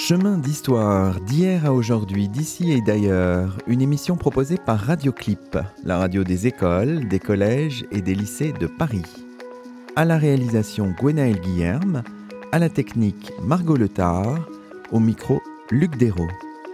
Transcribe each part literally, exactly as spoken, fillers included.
Chemin d'histoire, d'hier à aujourd'hui, d'ici et d'ailleurs, une émission proposée par Radioclip, la radio des écoles, des collèges et des lycées de Paris. À la réalisation Gwenaël Guillerme, à la technique Margot Letard, au micro Luc Dérault.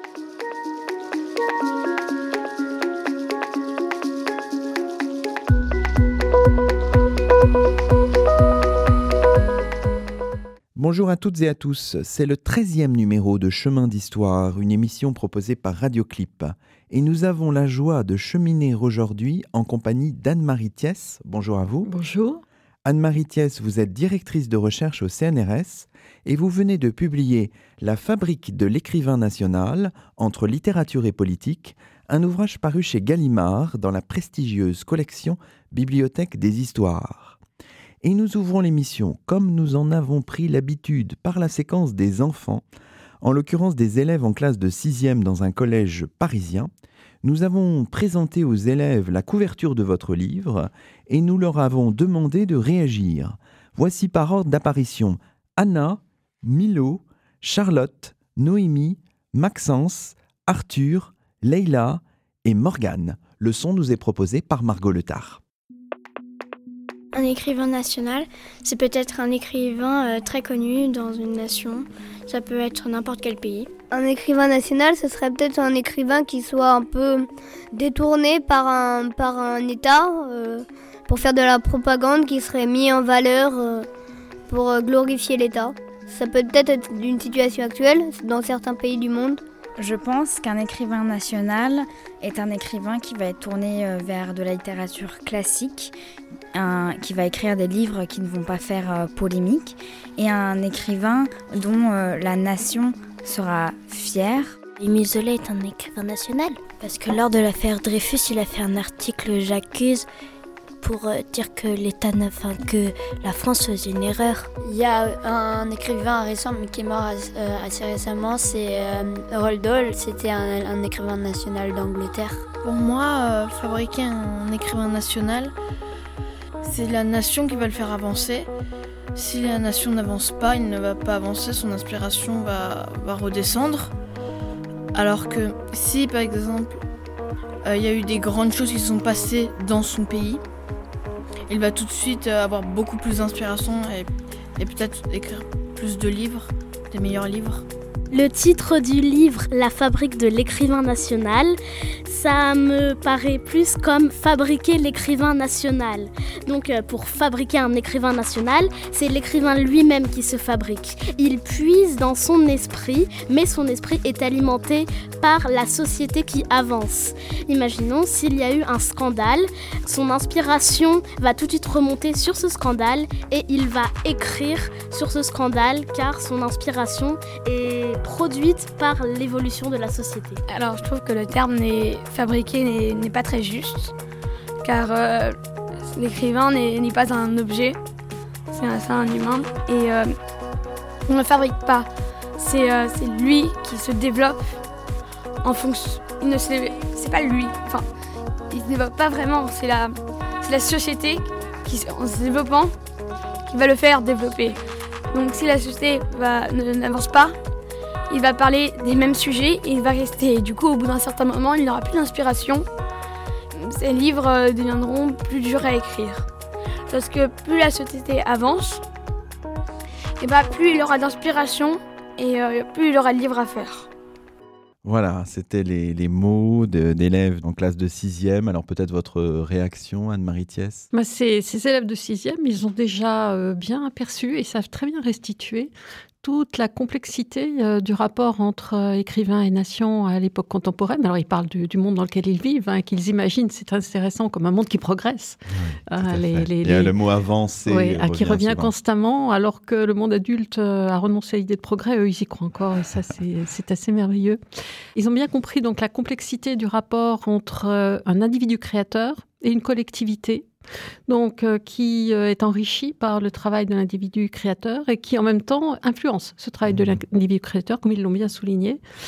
Bonjour à toutes et à tous, c'est le treizième numéro de Chemin d'Histoire, une émission proposée par Radioclip. Et nous avons la joie de cheminer aujourd'hui en compagnie d'Anne-Marie Thiès. Bonjour à vous. Bonjour. Anne-Marie Thiès, vous êtes directrice de recherche au C N R S et vous venez de publier La fabrique de l'écrivain national, entre littérature et politique, un ouvrage paru chez Gallimard dans la prestigieuse collection Bibliothèque des Histoires. Et nous ouvrons l'émission, comme nous en avons pris l'habitude, par la séquence des enfants, en l'occurrence des élèves en classe de sixième dans un collège parisien. Nous avons présenté aux élèves la couverture de votre livre et nous leur avons demandé de réagir. Voici par ordre d'apparition Anna, Milo, Charlotte, Noémie, Maxence, Arthur, Leïla et Morgane. Le son nous est proposé par Margot Letard. Un écrivain national, c'est peut-être un écrivain euh, très connu dans une nation. Ça peut être n'importe quel pays. Un écrivain national, ce serait peut-être un écrivain qui soit un peu détourné par un, par un État euh, pour faire de la propagande, qui serait mis en valeur euh, pour euh, glorifier l'État. Ça peut peut-être être une situation actuelle dans certains pays du monde. Je pense qu'un écrivain national est un écrivain qui va être tourné vers de la littérature classique, un, qui va écrire des livres qui ne vont pas faire euh, polémique, et un écrivain dont euh, la nation sera fière. Émile Zola est un écrivain national, parce que lors de l'affaire Dreyfus, il a fait un article « J'accuse » pour euh, dire que l'État, enfin, que la France faisait une erreur. Il y a un écrivain récent, mais qui est mort euh, assez récemment, c'est euh, Roald Dahl. C'était un, un écrivain national d'Angleterre. Pour moi, euh, fabriquer un écrivain national, c'est la nation qui va le faire avancer. Si la nation n'avance pas, il ne va pas avancer, son inspiration va, va redescendre. Alors que si, par exemple, euh, il y a eu des grandes choses qui se sont passées dans son pays, il va tout de suite avoir beaucoup plus d'inspiration et, et peut-être écrire plus de livres, des meilleurs livres. Le titre du livre « La fabrique de l'écrivain national », ça me paraît plus comme fabriquer l'écrivain national. Donc pour fabriquer un écrivain national, c'est l'écrivain lui-même qui se fabrique. Il puise dans son esprit, mais son esprit est alimenté par la société qui avance. Imaginons s'il y a eu un scandale, son inspiration va tout de suite remonter sur ce scandale et il va écrire sur ce scandale car son inspiration est produite par l'évolution de la société. Alors je trouve que le terme n'est, fabriqué n'est, n'est pas très juste, car euh, l'écrivain n'est, n'est pas un objet, c'est un, c'est un humain, et euh, on ne le fabrique pas, c'est, euh, c'est lui qui se développe en fonction, il ne se, c'est pas lui, enfin, il ne se développe pas vraiment, c'est la, c'est la société qui, en se développant, qui va le faire développer. Donc si la société va, ne, n'avance pas, il va parler des mêmes sujets et il va rester. Et du coup, au bout d'un certain moment, il n'aura plus d'inspiration. Ces livres deviendront plus durs à écrire. Parce que plus la société avance, et bah, plus il aura d'inspiration et euh, plus il aura de livres à faire. Voilà, c'était les, les mots de, d'élèves en classe de sixième. Alors peut-être votre réaction, Anne-Marie Thiès ? Bah ces, ces élèves de sixième, ils ont déjà euh, bien aperçu et savent très bien restituer toute la complexité euh, du rapport entre euh, écrivains et nation à l'époque contemporaine. Alors, ils parlent du, du monde dans lequel ils vivent, hein, qu'ils imaginent, c'est intéressant, comme un monde qui progresse. Oui, euh, les, les, Il y a les... le mot avancé. Oui, revient qui revient souvent. constamment, alors que le monde adulte euh, a renoncé à l'idée de progrès. Eux, ils y croient encore, et ça, c'est, c'est assez merveilleux. Ils ont bien compris donc la complexité du rapport entre euh, un individu créateur et une collectivité, donc euh, qui euh, est enrichi par le travail de l'individu créateur et qui en même temps influence ce travail de l'individu créateur, comme ils l'ont bien souligné.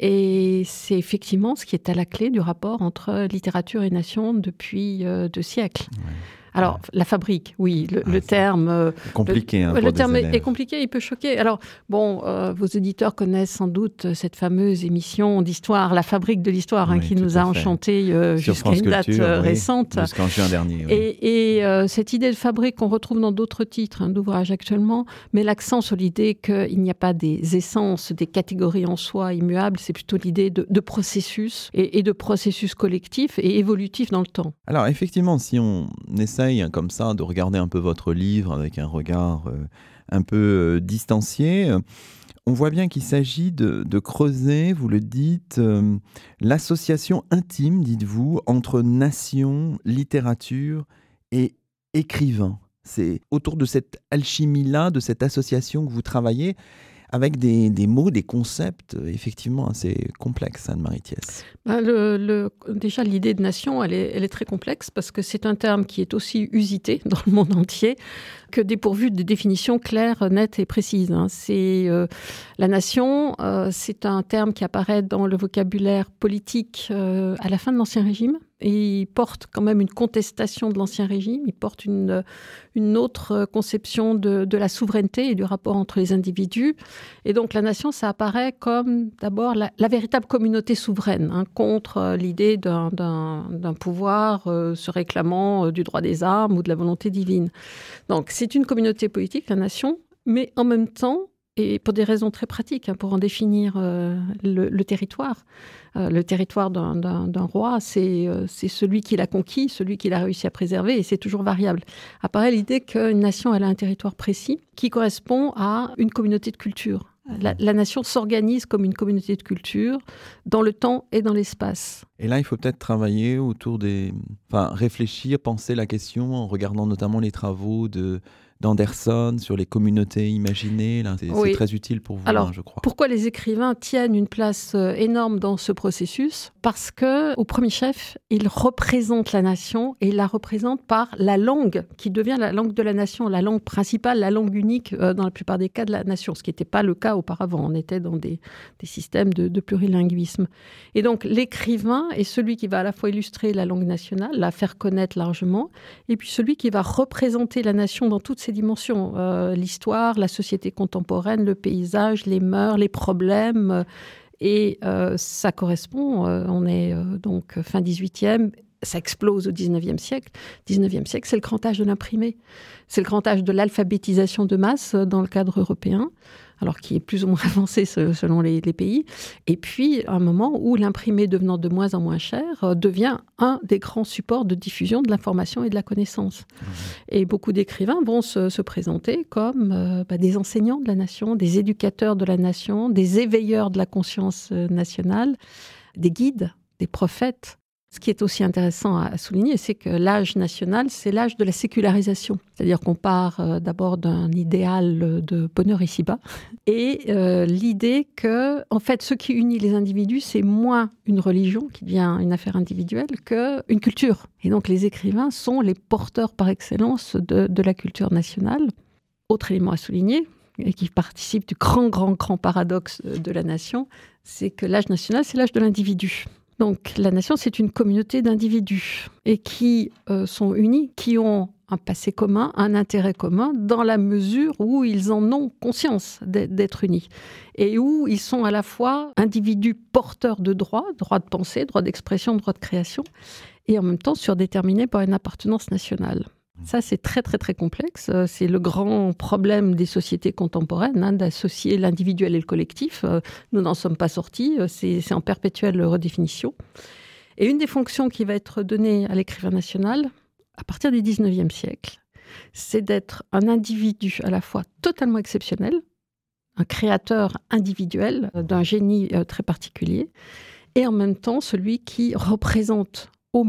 Et c'est effectivement ce qui est à la clé du rapport entre littérature et nation depuis euh, deux siècles. Ouais. Alors, la fabrique, oui, le, ah, le terme... Euh, compliqué, le, hein, le pour terme des est, est compliqué, il peut choquer. Alors, bon, euh, vos auditeurs connaissent sans doute cette fameuse émission d'histoire, La Fabrique de l'histoire, oui, hein, qui nous a enchantés euh, jusqu'à une date euh, oui, récente. Jusqu'en juin dernier. Oui. Et, et euh, cette idée de fabrique qu'on retrouve dans d'autres titres hein, d'ouvrages actuellement, met l'accent sur l'idée qu'il n'y a pas des essences, des catégories en soi immuables, c'est plutôt l'idée de, de processus et, et de processus collectifs et évolutifs dans le temps. Alors, effectivement, si on essaie comme ça, de regarder un peu votre livre avec un regard euh, un peu euh, distancié. Euh, on voit bien qu'il s'agit de, de creuser, vous le dites, euh, l'association intime, dites-vous, entre nation, littérature et écrivain. C'est autour de cette alchimie-là, de cette association que vous travaillez, avec des, des mots, des concepts effectivement assez complexes, Anne-Marie Thiès. Ben le, le, déjà, l'idée de nation, elle est, elle est très complexe parce que c'est un terme qui est aussi usité dans le monde entier que dépourvu de définitions claires, nettes et précises. Hein. C'est, euh, la nation, euh, c'est un terme qui apparaît dans le vocabulaire politique euh, à la fin de l'Ancien Régime. Et il porte quand même une contestation de l'Ancien Régime, il porte une, une autre conception de, de la souveraineté et du rapport entre les individus. Et donc la nation, ça apparaît comme d'abord la, la véritable communauté souveraine, hein, contre l'idée d'un, d'un, d'un pouvoir euh, se réclamant euh, du droit des armes ou de la volonté divine. Donc c'est une communauté politique, la nation, mais en même temps, et pour des raisons très pratiques, hein, pour en définir euh, le, le territoire. Euh, le territoire d'un, d'un, d'un roi, c'est, euh, c'est celui qui l'a conquis, celui qui l'a réussi à préserver, et c'est toujours variable. Apparaît l'idée qu'une nation, elle a un territoire précis qui correspond à une communauté de culture. La, la nation s'organise comme une communauté de culture dans le temps et dans l'espace. Et là, il faut peut-être travailler autour des... Enfin, réfléchir, penser la question en regardant notamment les travaux de... d'Anderson sur les communautés imaginées. Là. C'est, oui. c'est très utile pour vous, Alors, hein, je crois. Pourquoi les écrivains tiennent une place énorme dans ce processus ? Parce qu'au premier chef, ils représentent la nation et ils la représentent par la langue qui devient la langue de la nation, la langue principale, la langue unique euh, dans la plupart des cas de la nation, ce qui n'était pas le cas auparavant. On était dans des, des systèmes de, de plurilinguisme. Et donc l'écrivain est celui qui va à la fois illustrer la langue nationale, la faire connaître largement, et puis celui qui va représenter la nation dans toutes ses dimensions, euh, l'histoire, la société contemporaine, le paysage, les mœurs, les problèmes. Euh, et euh, ça correspond, euh, on est euh, donc fin dix-huitième, ça explose au dix-neuvième siècle. dix-neuvième siècle, c'est le grand âge de l'imprimé. C'est le grand âge de l'alphabétisation de masse dans le cadre européen, alors qui est plus ou moins avancé selon les, les pays. Et puis, un moment où l'imprimé, devenant de moins en moins cher, devient un des grands supports de diffusion de l'information et de la connaissance. Mmh. Et beaucoup d'écrivains vont se, se présenter comme euh, bah, des enseignants de la nation, des éducateurs de la nation, des éveilleurs de la conscience nationale, des guides, des prophètes. Ce qui est aussi intéressant à souligner, c'est que l'âge national, c'est l'âge de la sécularisation. C'est-à-dire qu'on part euh, d'abord d'un idéal de bonheur ici-bas et euh, l'idée que, en fait, ce qui unit les individus, c'est moins une religion qui devient une affaire individuelle qu'une culture. Et donc, les écrivains sont les porteurs par excellence de, de la culture nationale. Autre élément à souligner, et qui participe du grand, grand, grand paradoxe de la nation, c'est que l'âge national, c'est l'âge de l'individu. Donc la nation, c'est une communauté d'individus et qui euh, sont unis, qui ont un passé commun, un intérêt commun, dans la mesure où ils en ont conscience d'être unis et où ils sont à la fois individus porteurs de droits, droits de pensée, droits d'expression, droits de création, et en même temps surdéterminés par une appartenance nationale. Ça, c'est très, très, très complexe. C'est le grand problème des sociétés contemporaines, hein, d'associer l'individuel et le collectif. Nous n'en sommes pas sortis. C'est, c'est en perpétuelle redéfinition. Et une des fonctions qui va être donnée à l'écrivain national, à partir du dix-neuvième siècle, c'est d'être un individu à la fois totalement exceptionnel, un créateur individuel d'un génie très particulier, et en même temps celui qui représente au mieux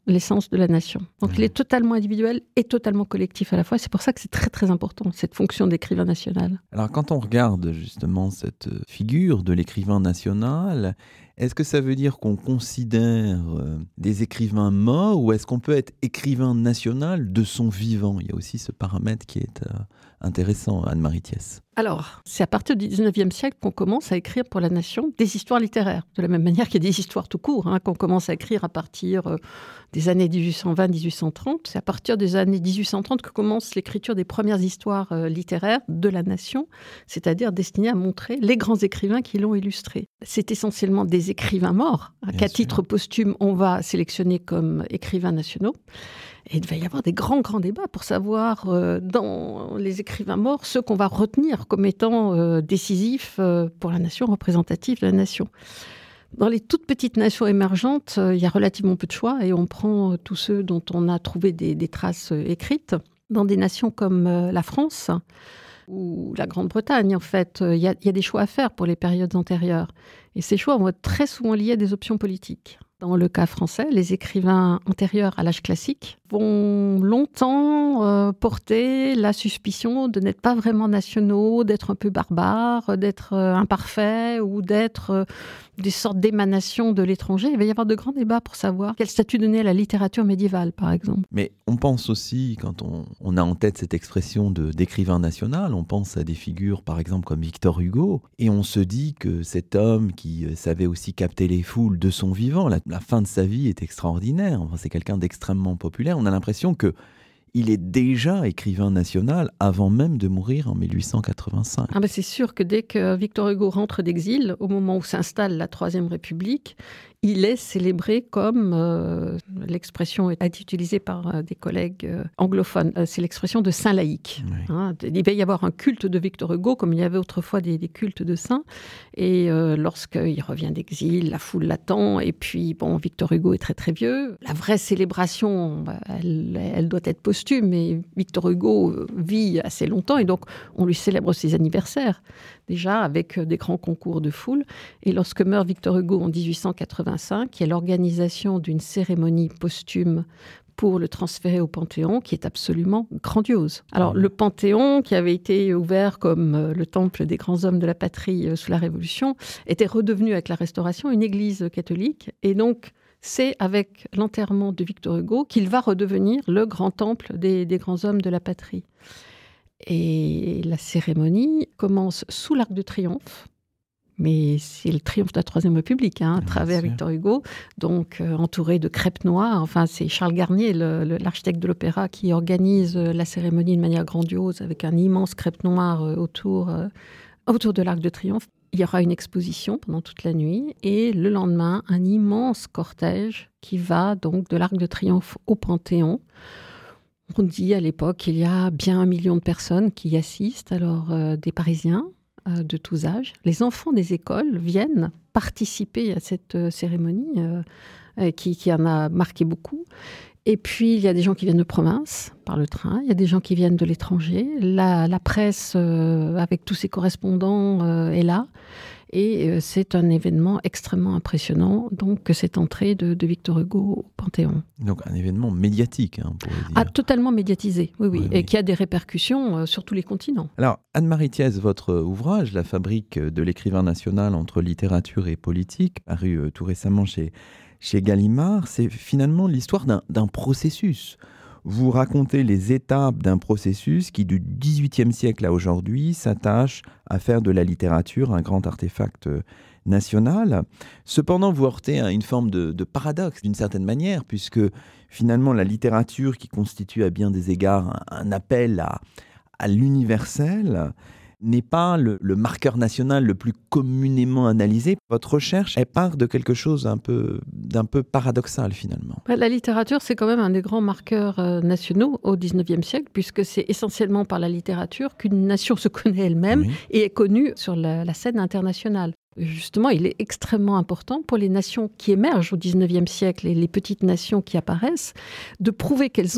l'essence de la nation. Donc, Mmh. il est totalement individuel et totalement collectif à la fois. C'est pour ça que c'est très, très important, cette fonction d'écrivain national. Alors, quand on regarde justement cette figure de l'écrivain national, est-ce que ça veut dire qu'on considère euh, des écrivains morts ou est-ce qu'on peut être écrivain national de son vivant? Il y a aussi ce paramètre qui est euh, intéressant, Anne-Marie Thiès. Alors, c'est à partir du dix-neuvième siècle qu'on commence à écrire pour la nation des histoires littéraires. De la même manière qu'il y a des histoires tout court, hein, qu'on commence à écrire à partir euh, des années dix-huit cent vingt dix-huit cent trente. C'est à partir des années dix-huit cent trente que commence l'écriture des premières histoires euh, littéraires de la nation, c'est-à-dire destinées à montrer les grands écrivains qui l'ont illustré. C'est essentiellement des écrivains morts, hein, qu'à sûr. titre posthume, on va sélectionner comme écrivains nationaux. Et il va y avoir des grands, grands débats pour savoir, euh, dans les écrivains morts, ceux qu'on va retenir comme étant euh, décisifs euh, pour la nation, représentatifs de la nation. Dans les toutes petites nations émergentes, euh, il y a relativement peu de choix et on prend euh, tous ceux dont on a trouvé des, des traces euh, écrites. Dans des nations comme euh, la France ou la Grande-Bretagne, en fait, il euh, y, y a des choix à faire pour les périodes antérieures. Et ces choix vont être très souvent liés à des options politiques. Dans le cas français, les écrivains antérieurs à l'âge classique vont longtemps euh, porter la suspicion de n'être pas vraiment nationaux, d'être un peu barbares, d'être euh, imparfaits ou d'être euh, des sortes d'émanations de l'étranger. Il va y avoir de grands débats pour savoir quel statut donner à la littérature médiévale, par exemple. Mais on pense aussi, quand on, on a en tête cette expression de, d'écrivain national, on pense à des figures, par exemple, comme Victor Hugo, et on se dit que cet homme qui euh, savait aussi capter les foules de son vivant, la, la fin de sa vie est extraordinaire. Enfin, c'est quelqu'un d'extrêmement populaire. On a l'impression que il est déjà écrivain national avant même de mourir en mille huit cent quatre-vingt-cinq. Ah ben c'est sûr que dès que Victor Hugo rentre d'exil, au moment où s'installe la Troisième République, il est célébré comme, euh, l'expression est utilisée par euh, des collègues euh, anglophones, euh, c'est l'expression de saint laïque. Oui. Hein, il va y avoir un culte de Victor Hugo, comme il y avait autrefois des, des cultes de saints. Et euh, lorsqu'il revient d'exil, la foule l'attend. Et puis, bon, Victor Hugo est très très vieux. La vraie célébration, bah, elle, elle doit être posthume, mais Victor Hugo vit assez longtemps. Et donc, on lui célèbre ses anniversaires, déjà avec des grands concours de foule. Et lorsque meurt Victor Hugo en dix-huit cent quatre-vingt-cinq, il y a l'organisation d'une cérémonie posthume pour le transférer au Panthéon, qui est absolument grandiose. Alors, le Panthéon, qui avait été ouvert comme le temple des grands hommes de la patrie sous la Révolution, était redevenu, avec la Restauration, une église catholique. Et donc, c'est avec l'enterrement de Victor Hugo qu'il va redevenir le grand temple des, des grands hommes de la patrie. Et la cérémonie commence sous l'Arc de Triomphe, mais c'est le triomphe de la Troisième République, hein, à travers Victor Hugo, donc euh, entouré de crêpes noires. Enfin, c'est Charles Garnier, le, le, l'architecte de l'opéra, qui organise euh, la cérémonie de manière grandiose, avec un immense crêpe noire euh, autour, euh, autour de l'Arc de Triomphe. Il y aura une exposition pendant toute la nuit, et le lendemain, un immense cortège qui va donc de l'Arc de Triomphe au Panthéon. On dit à l'époque qu'il y a bien un million de personnes qui y assistent, alors euh, des Parisiens, de tous âges. Les enfants des écoles viennent participer à cette euh, cérémonie euh, qui, qui en a marqué beaucoup. Et puis, il y a des gens qui viennent de province par le train, il y a des gens qui viennent de l'étranger. La, la presse, euh, avec tous ses correspondants, euh, est là. Et euh, c'est un événement extrêmement impressionnant, donc, cette entrée de, de Victor Hugo au Panthéon. Donc, un événement médiatique, hein, pour le dire. Ah, totalement médiatisé, oui, oui, oui, et oui. qui a des répercussions euh, sur tous les continents. Alors, Anne-Marie Thiès, votre ouvrage, La fabrique de l'écrivain national entre littérature et politique, paru euh, tout récemment chez, chez Gallimard, c'est finalement l'histoire d'un, d'un processus. Vous racontez les étapes d'un processus qui, du dix-huitième siècle à aujourd'hui, s'attache à faire de la littérature un grand artefact national. Cependant, vous heurtez à une forme de, de paradoxe, d'une certaine manière, puisque finalement, la littérature, qui constitue à bien des égards un, un appel à, à l'universel, n'est pas le, le marqueur national le plus communément analysé. Votre recherche, elle part de quelque chose un peu, d'un peu paradoxal, finalement. La littérature, c'est quand même un des grands marqueurs euh, nationaux au dix-neuvième siècle, puisque c'est essentiellement par la littérature qu'une nation se connaît elle-même, oui, et est connue sur la, la scène internationale. Justement, il est extrêmement important pour les nations qui émergent au dix-neuvième siècle et les petites nations qui apparaissent, de prouver qu'elles ont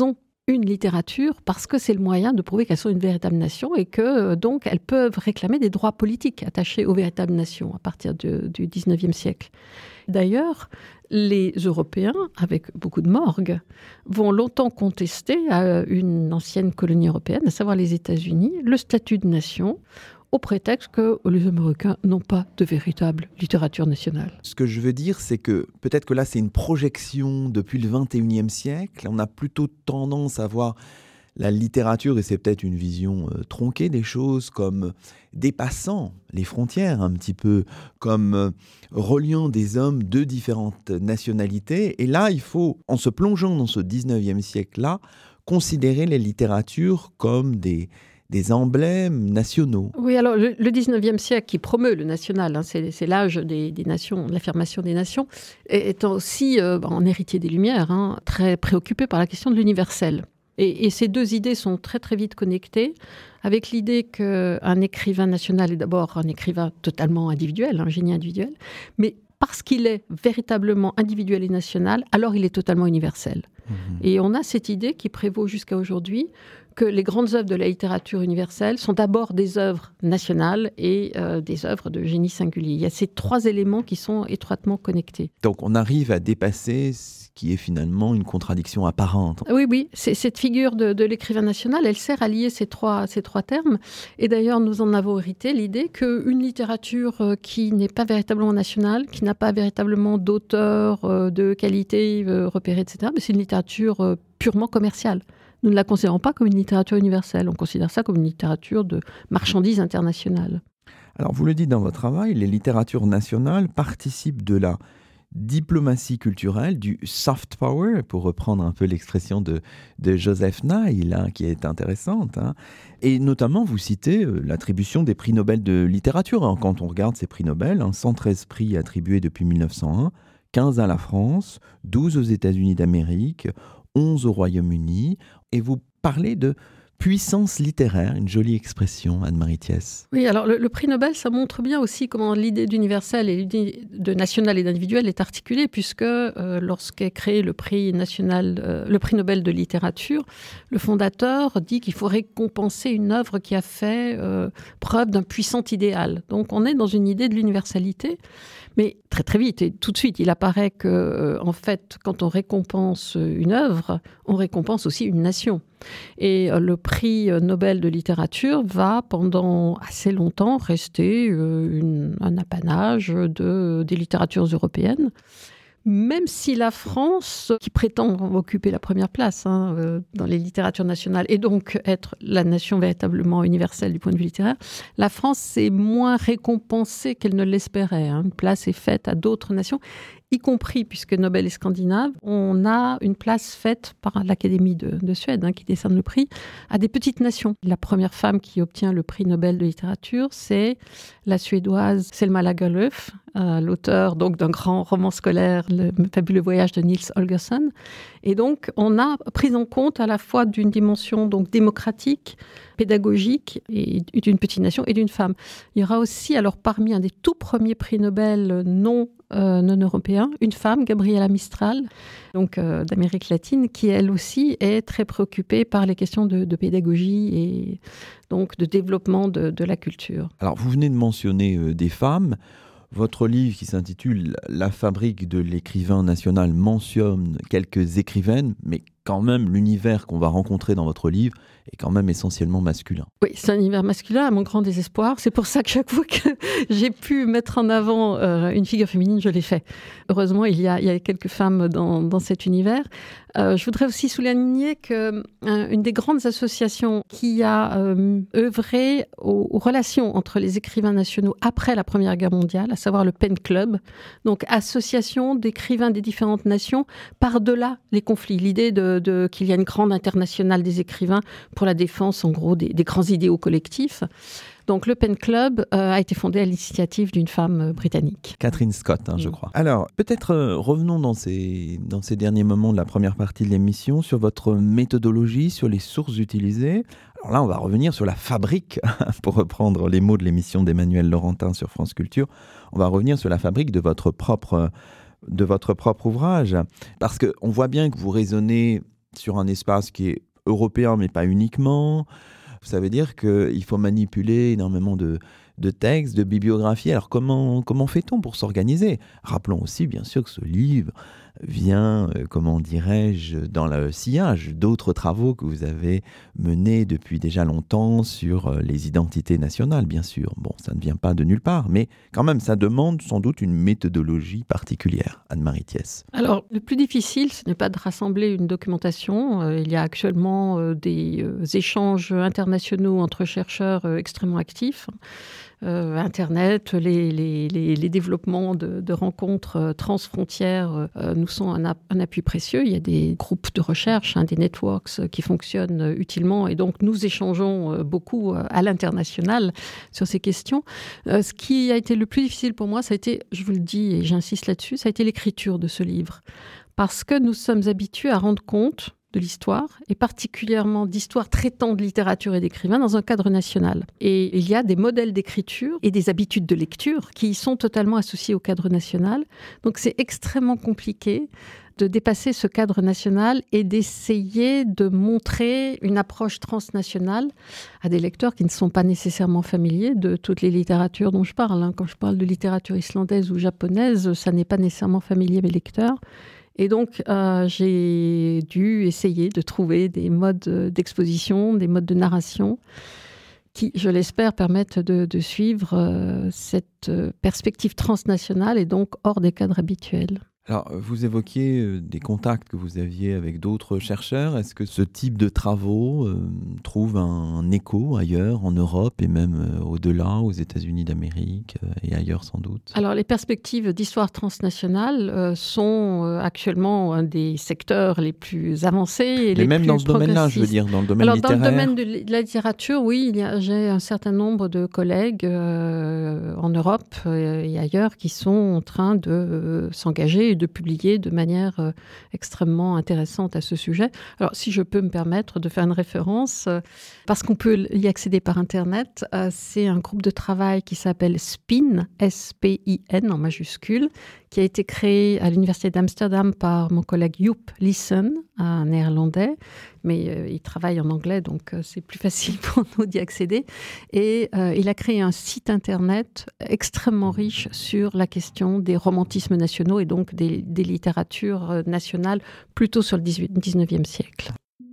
une littérature parce que c'est le moyen de prouver qu'elles sont une véritable nation et que donc elles peuvent réclamer des droits politiques attachés aux véritables nations à partir de, du dix-neuvième siècle. D'ailleurs, les Européens, avec beaucoup de morgue, vont longtemps contester à une ancienne colonie européenne, à savoir les États-Unis, le statut de nation, au prétexte que les Américains n'ont pas de véritable littérature nationale. Ce que je veux dire, c'est que peut-être que là, c'est une projection depuis le vingt et unième siècle. On a plutôt tendance à voir la littérature, et c'est peut-être une vision euh, tronquée des choses, comme dépassant les frontières un petit peu, comme euh, reliant des hommes de différentes nationalités. Et là, il faut, en se plongeant dans ce dix-neuvième siècle-là, considérer les littératures comme des... des emblèmes nationaux. Oui, alors le, le dix-neuvième siècle qui promeut le national, hein, c'est, c'est l'âge des, des nations, de l'affirmation des nations, étant aussi euh, en héritier des Lumières, hein, très préoccupé par la question de l'universel. Et, et ces deux idées sont très très vite connectées, avec l'idée qu'un écrivain national est d'abord un écrivain totalement individuel, un génie individuel, mais parce qu'il est véritablement individuel et national, alors il est totalement universel. Mmh. Et on a cette idée qui prévaut jusqu'à aujourd'hui, que les grandes œuvres de la littérature universelle sont d'abord des œuvres nationales et euh, des œuvres de génie singulier. Il y a ces trois éléments qui sont étroitement connectés. Donc on arrive à dépasser ce qui est finalement une contradiction apparente. Oui, oui. C'est, cette figure de, de l'écrivain national, elle sert à lier ces trois, ces trois termes. Et d'ailleurs, nous en avons hérité l'idée qu'une littérature qui n'est pas véritablement nationale, qui n'a pas véritablement d'auteur euh, de qualité euh, repérée, et cetera, mais c'est une littérature euh, purement commerciale. Nous ne la considérons pas comme une littérature universelle, on considère ça comme une littérature de marchandise internationale. Alors, vous le dites dans votre travail, les littératures nationales participent de la diplomatie culturelle, du soft power, pour reprendre un peu l'expression de, de Joseph Nye, hein, qui est intéressante. Hein. Et notamment, vous citez euh, l'attribution des prix Nobel de littérature. Hein. Quand on regarde ces prix Nobel, hein, cent treize prix attribués depuis mille neuf cent un, quinze à la France, douze aux États-Unis d'Amérique, onze au Royaume-Uni, et vous parlez de puissance littéraire, une jolie expression, Anne-Marie Thiès. Oui, alors le, le prix Nobel, ça montre bien aussi comment l'idée d'universel et l'idée de national et d'individuel est articulée, puisque euh, lorsqu'est créé le prix national, euh, le prix Nobel de littérature, le fondateur dit qu'il faut récompenser une œuvre qui a fait euh, preuve d'un puissant idéal. Donc on est dans une idée de l'universalité. Mais très très vite, et tout de suite, il apparaît que, euh, en fait, quand on récompense une œuvre, on récompense aussi une nation. Et euh, le prix Nobel de littérature va, pendant assez longtemps, rester euh, une, un apanage de, des littératures européennes. Même si la France, qui prétend occuper la première place hein, euh, dans les littératures nationales, et donc être la nation véritablement universelle du point de vue littéraire, la France est moins récompensée qu'elle ne l'espérait. Hein. Une place est faite à d'autres nations, y compris, puisque Nobel est scandinave, on a une place faite par l'Académie de, de Suède, hein, qui décerne le prix, à des petites nations. La première femme qui obtient le prix Nobel de littérature, c'est la Suédoise Selma Lagerlöf, euh, l'auteur donc, d'un grand roman scolaire, Le fabuleux voyage de Nils Holgersson. Et donc, on a pris en compte à la fois d'une dimension donc, démocratique, pédagogique, et d'une petite nation et d'une femme. Il y aura aussi, alors parmi un des tout premiers prix Nobel non Euh, non européen, une femme, Gabriela Mistral, donc euh, d'Amérique latine, qui elle aussi est très préoccupée par les questions de, de pédagogie et donc de développement de, de la culture. Alors vous venez de mentionner euh, des femmes. Votre livre qui s'intitule « La fabrique de l'écrivain national » mentionne quelques écrivaines, mais quand même l'univers qu'on va rencontrer dans votre livre est quand même essentiellement masculin. Oui, c'est un univers masculin à mon grand désespoir. C'est pour ça que chaque fois que j'ai pu mettre en avant euh, une figure féminine, je l'ai fait. Heureusement, il y a, il y a quelques femmes dans, dans cet univers. Euh, je voudrais aussi souligner qu'une euh, des grandes associations qui a euh, œuvré aux, aux relations entre les écrivains nationaux après la Première Guerre mondiale, à savoir le Pen Club, donc association d'écrivains des différentes nations par-delà les conflits. L'idée de, de, qu'il y a une grande internationale des écrivains pour la défense, en gros, des, des grands idéaux collectifs. Donc, le Pen Club euh, a été fondé à l'initiative d'une femme euh, britannique. Catherine Scott, hein, mmh. je crois. Alors, peut-être euh, revenons dans ces, dans ces derniers moments de la première partie de l'émission sur votre méthodologie, sur les sources utilisées. Alors là, on va revenir sur la fabrique, pour reprendre les mots de l'émission d'Emmanuel Laurentin sur France Culture. On va revenir sur la fabrique de votre propre, de votre propre ouvrage. Parce qu'on voit bien que vous raisonnez sur un espace qui est européen, mais pas uniquement. Ça veut dire qu'il faut manipuler énormément de, de textes, de bibliographies. Alors comment, comment fait-on pour s'organiser ? Rappelons aussi, bien sûr, que ce livre vient, euh, comment dirais-je, dans le sillage d'autres travaux que vous avez menés depuis déjà longtemps sur euh, les identités nationales, bien sûr. Bon, ça ne vient pas de nulle part, mais quand même, ça demande sans doute une méthodologie particulière. Anne-Marie Thiès. Alors, le plus difficile, ce n'est pas de rassembler une documentation. Euh, il y a actuellement euh, des euh, échanges internationaux entre chercheurs euh, extrêmement actifs. Euh, Internet, les, les, les, les développements de, de rencontres euh, transfrontières euh, nous sont un, un appui précieux. Il y a des groupes de recherche, hein, des networks euh, qui fonctionnent euh, utilement et donc nous échangeons euh, beaucoup euh, à l'international sur ces questions. Euh, ce qui a été le plus difficile pour moi, ça a été, je vous le dis et j'insiste là-dessus, ça a été l'écriture de ce livre. Parce que nous sommes habitués à rendre compte de l'histoire, et particulièrement d'histoire traitant de littérature et d'écrivains dans un cadre national. Et il y a des modèles d'écriture et des habitudes de lecture qui y sont totalement associés au cadre national. Donc c'est extrêmement compliqué de dépasser ce cadre national et d'essayer de montrer une approche transnationale à des lecteurs qui ne sont pas nécessairement familiers de toutes les littératures dont je parle. Quand je parle de littérature islandaise ou japonaise, ça n'est pas nécessairement familier à mes lecteurs. Et donc, euh, j'ai dû essayer de trouver des modes d'exposition, des modes de narration qui, je l'espère, permettent de, de suivre euh, cette perspective transnationale et donc hors des cadres habituels. Alors, vous évoquiez des contacts que vous aviez avec d'autres chercheurs. Est-ce que ce type de travaux euh, trouve un écho ailleurs, en Europe et même euh, au-delà, aux États-Unis d'Amérique euh, et ailleurs sans doute ? Alors, les perspectives d'histoire transnationale euh, sont euh, actuellement un des secteurs les plus avancés et Mais les même plus dans ce domaine-là, je veux dire, dans le domaine Alors, littéraire. dans le domaine de la littérature, oui, il y a, j'ai un certain nombre de collègues euh, en Europe euh, et ailleurs qui sont en train de euh, s'engager et de publier de manière euh, extrêmement intéressante à ce sujet. Alors, si je peux me permettre de faire une référence, euh, parce qu'on peut y accéder par Internet, euh, c'est un groupe de travail qui s'appelle SPIN, S P I N en majuscule, qui a été créé à l'Université d'Amsterdam par mon collègue Joep Leessen, un néerlandais, mais euh, il travaille en anglais, donc euh, c'est plus facile pour nous d'y accéder. Et euh, il a créé un site Internet extrêmement riche sur la question des romantismes nationaux et donc des, des littératures nationales, plutôt sur le dix-neuvième siècle.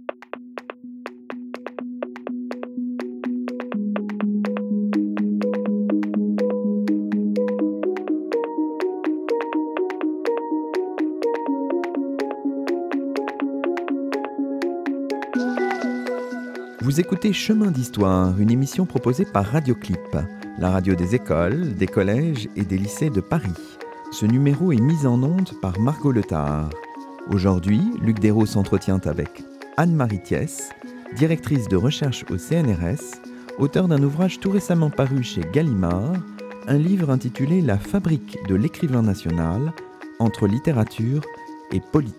Vous écoutez Chemin d'Histoire, une émission proposée par Radioclip, la radio des écoles, des collèges et des lycées de Paris. Ce numéro est mis en onde par Margot Letard. Aujourd'hui, Luc Dérault s'entretient avec Anne-Marie Thiès, directrice de recherche au C N R S, auteure d'un ouvrage tout récemment paru chez Gallimard, un livre intitulé « La fabrique de l'écrivain national, entre littérature et politique ».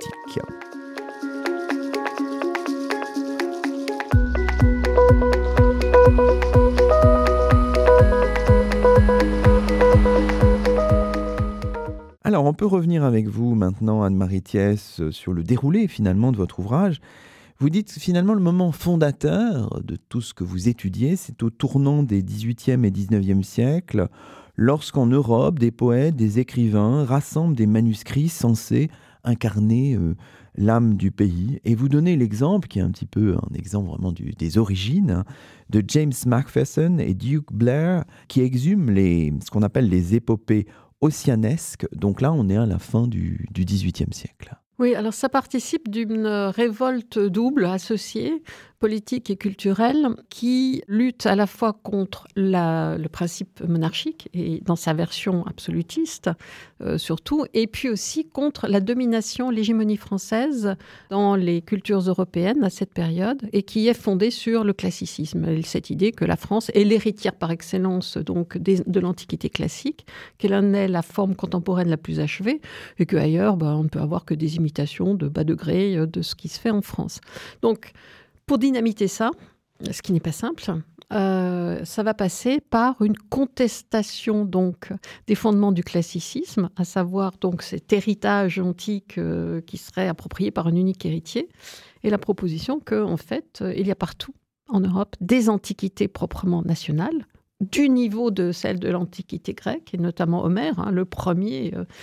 Alors, on peut revenir avec vous maintenant, Anne-Marie Thiès, sur le déroulé finalement de votre ouvrage. Vous dites finalement le moment fondateur de tout ce que vous étudiez, c'est au tournant des dix-huitième et dix-neuvième siècles, lorsqu'en Europe, des poètes, des écrivains rassemblent des manuscrits censés incarner euh, l'âme du pays. Et vous donnez l'exemple, qui est un petit peu un exemple vraiment du, des origines, hein, de James Macpherson et Duke Blair, qui exhument les, ce qu'on appelle les épopées ossianesques. Donc là, on est à la fin du, du dix-huitième siècle. Oui, alors ça participe d'une révolte double associée, politique et culturelle, qui lutte à la fois contre la, le principe monarchique, et dans sa version absolutiste euh, surtout, et puis aussi contre la domination, l'hégémonie française dans les cultures européennes à cette période, et qui est fondée sur le classicisme. Cette idée que la France est l'héritière par excellence donc, des, de l'Antiquité classique, qu'elle en est la forme contemporaine la plus achevée, et qu'ailleurs, bah, on ne peut avoir que des imitations de bas degré de ce qui se fait en France. Donc, pour dynamiter ça, ce qui n'est pas simple, euh, ça va passer par une contestation donc, des fondements du classicisme, à savoir donc, cet héritage antique euh, qui serait approprié par un unique héritier. et la proposition qu'en fait, il y a partout en Europe des antiquités proprement nationales, du niveau de celle de l'Antiquité grecque, et notamment Homère, hein, le premier, euh,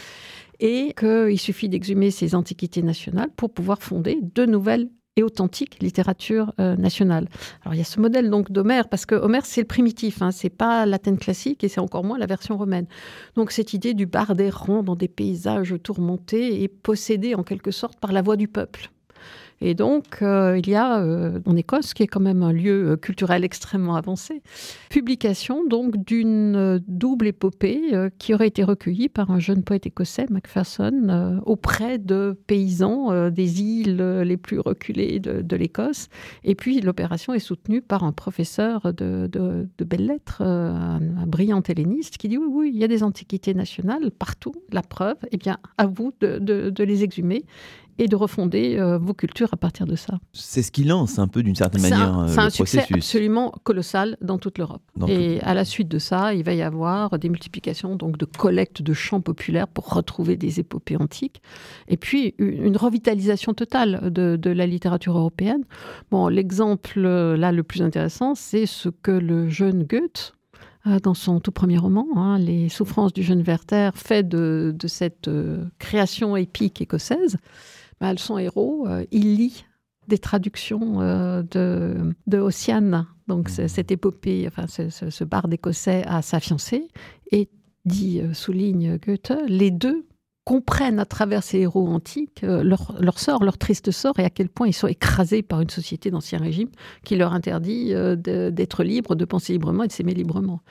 et qu'il suffit d'exhumer ces antiquités nationales pour pouvoir fonder de nouvelles et authentique littérature euh, nationale. Alors il y a ce modèle donc d'Homère, parce que Homère c'est le primitif, hein, c'est pas l'Athènes classique et c'est encore moins la version romaine. Donc cette idée du barde errant dans des paysages tourmentés et possédé en quelque sorte par la voix du peuple. Et donc, euh, il y a euh, en Écosse, qui est quand même un lieu euh, culturel extrêmement avancé, publication donc d'une euh, double épopée euh, qui aurait été recueillie par un jeune poète écossais, Macpherson, euh, auprès de paysans euh, des îles euh, les plus reculées de, de l'Écosse. Et puis, l'opération est soutenue par un professeur de, de, de belles lettres, euh, un, un brillant helléniste, qui dit oui, oui, il y a des antiquités nationales partout. La preuve, eh bien, à vous de, de, de les exhumer et de refonder euh, vos cultures à partir de ça. C'est ce qui lance un peu d'une certaine c'est manière un, euh, c'est le un processus. succès absolument colossal dans toute l'Europe. Dans et tout... à la suite de ça, il va y avoir des multiplications donc, de collectes de chants populaires pour retrouver des épopées antiques. Et puis, une revitalisation totale de, de la littérature européenne. Bon, l'exemple là le plus intéressant, c'est ce que le jeune Goethe, dans son tout premier roman, hein, Les souffrances du jeune Werther, fait de, de cette euh, création épique écossaise. Ben, son héros, euh, il lit des traductions euh, de, de Ossian, donc c'est, cette épopée, enfin ce, ce, ce barde écossais à sa fiancée, et dit, euh, souligne Goethe, les deux comprennent à travers ces héros antiques euh, leur, leur sort, leur triste sort, et à quel point ils sont écrasés par une société d'Ancien Régime qui leur interdit euh, de, d'être libres, de penser librement et de s'aimer librement.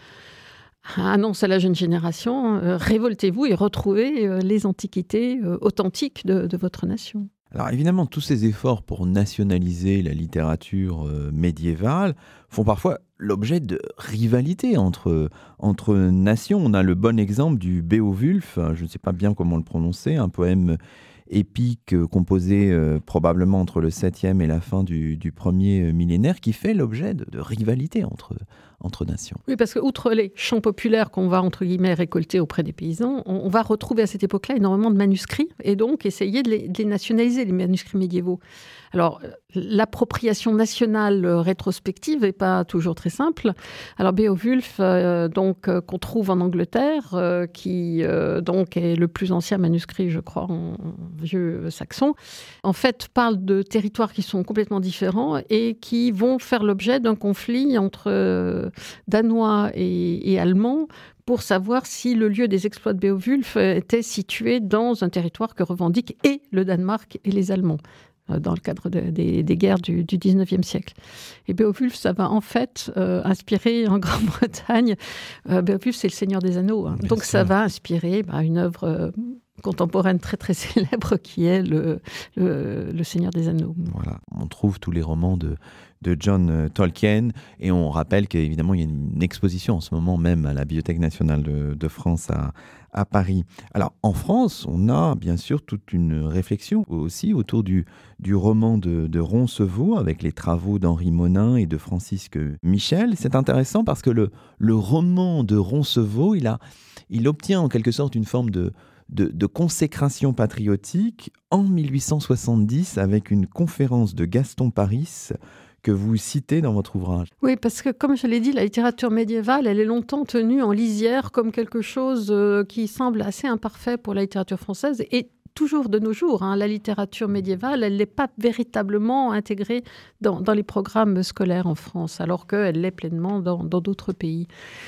Annonce à la jeune génération, euh, révoltez-vous et retrouvez euh, les antiquités euh, authentiques de, de votre nation. Alors évidemment, tous ces efforts pour nationaliser la littérature euh, médiévale font parfois l'objet de rivalités entre, entre nations. On a le bon exemple du Beowulf, je ne sais pas bien comment le prononcer, un poème épique euh, composé euh, probablement entre le septième et la fin du, du premier millénaire, qui fait l'objet de, de rivalités entre, entre nations. Oui, parce que outre les chants populaires qu'on va, entre guillemets, récolter auprès des paysans, on, on va retrouver à cette époque-là énormément de manuscrits, et donc essayer de les, de les nationaliser, les manuscrits médiévaux. Alors, l'appropriation nationale rétrospective n'est pas toujours très simple. Alors, Beowulf, euh, donc, euh, qu'on trouve en Angleterre, euh, qui euh, donc, est le plus ancien manuscrit, je crois, en, en vieux saxon, en fait, parle de territoires qui sont complètement différents et qui vont faire l'objet d'un conflit entre euh, Danois et, et Allemands, pour savoir si le lieu des exploits de Beowulf était situé dans un territoire que revendiquent et le Danemark et les Allemands, dans le cadre de, des, des guerres du, du dix-neuvième siècle. Et Beowulf, ça va en fait euh, inspirer en Grande-Bretagne, euh, Beowulf c'est le Seigneur des Anneaux, hein. Donc ça. ça va inspirer bah, une œuvre euh, contemporaine très très célèbre qui est le, le, le Seigneur des Anneaux. Voilà, on trouve tous les romans de, de John Tolkien, et on rappelle qu'évidemment il y a une exposition en ce moment même à la Bibliothèque nationale de, de France à, à Paris. Alors en France, on a bien sûr toute une réflexion aussi autour du, du roman de, de Roncevaux avec les travaux d'Henri Monin et de Francisque Michel. C'est intéressant parce que le, le roman de Roncevaux, il, a, il obtient en quelque sorte une forme de De, de consécration patriotique en mille huit cent soixante-dix avec une conférence de Gaston Paris que vous citez dans votre ouvrage. Oui, parce que comme je l'ai dit, la littérature médiévale, elle est longtemps tenue en lisière comme quelque chose euh, qui semble assez imparfait pour la littérature française, et toujours de nos jours, hein, la littérature médiévale, elle n'est pas véritablement intégrée dans, dans les programmes scolaires en France, alors qu'elle l'est pleinement dans, dans d'autres pays.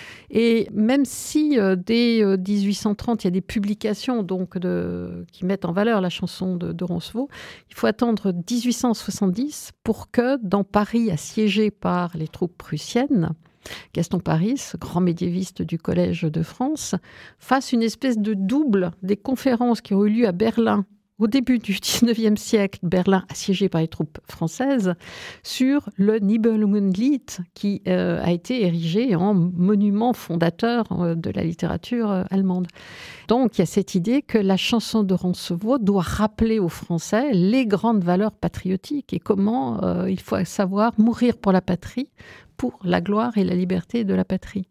Et même si euh, dès euh, dix-huit cent trente, il y a des publications donc, de, qui mettent en valeur la chanson de, de Roncevaux, il faut attendre dix-huit cent soixante-dix pour que, dans Paris assiégé par les troupes prussiennes, Gaston Paris, grand médiéviste du Collège de France, fasse une espèce de double des conférences qui ont eu lieu à Berlin au début du dix-neuvième siècle, Berlin assiégé par les troupes françaises, sur le Nibelungenlied, qui euh, a été érigé en monument fondateur euh, de la littérature euh, allemande. Donc, il y a cette idée que la chanson de Roncevaux doit rappeler aux Français les grandes valeurs patriotiques et comment euh, il faut savoir mourir pour la patrie, pour la gloire et la liberté de la patrie.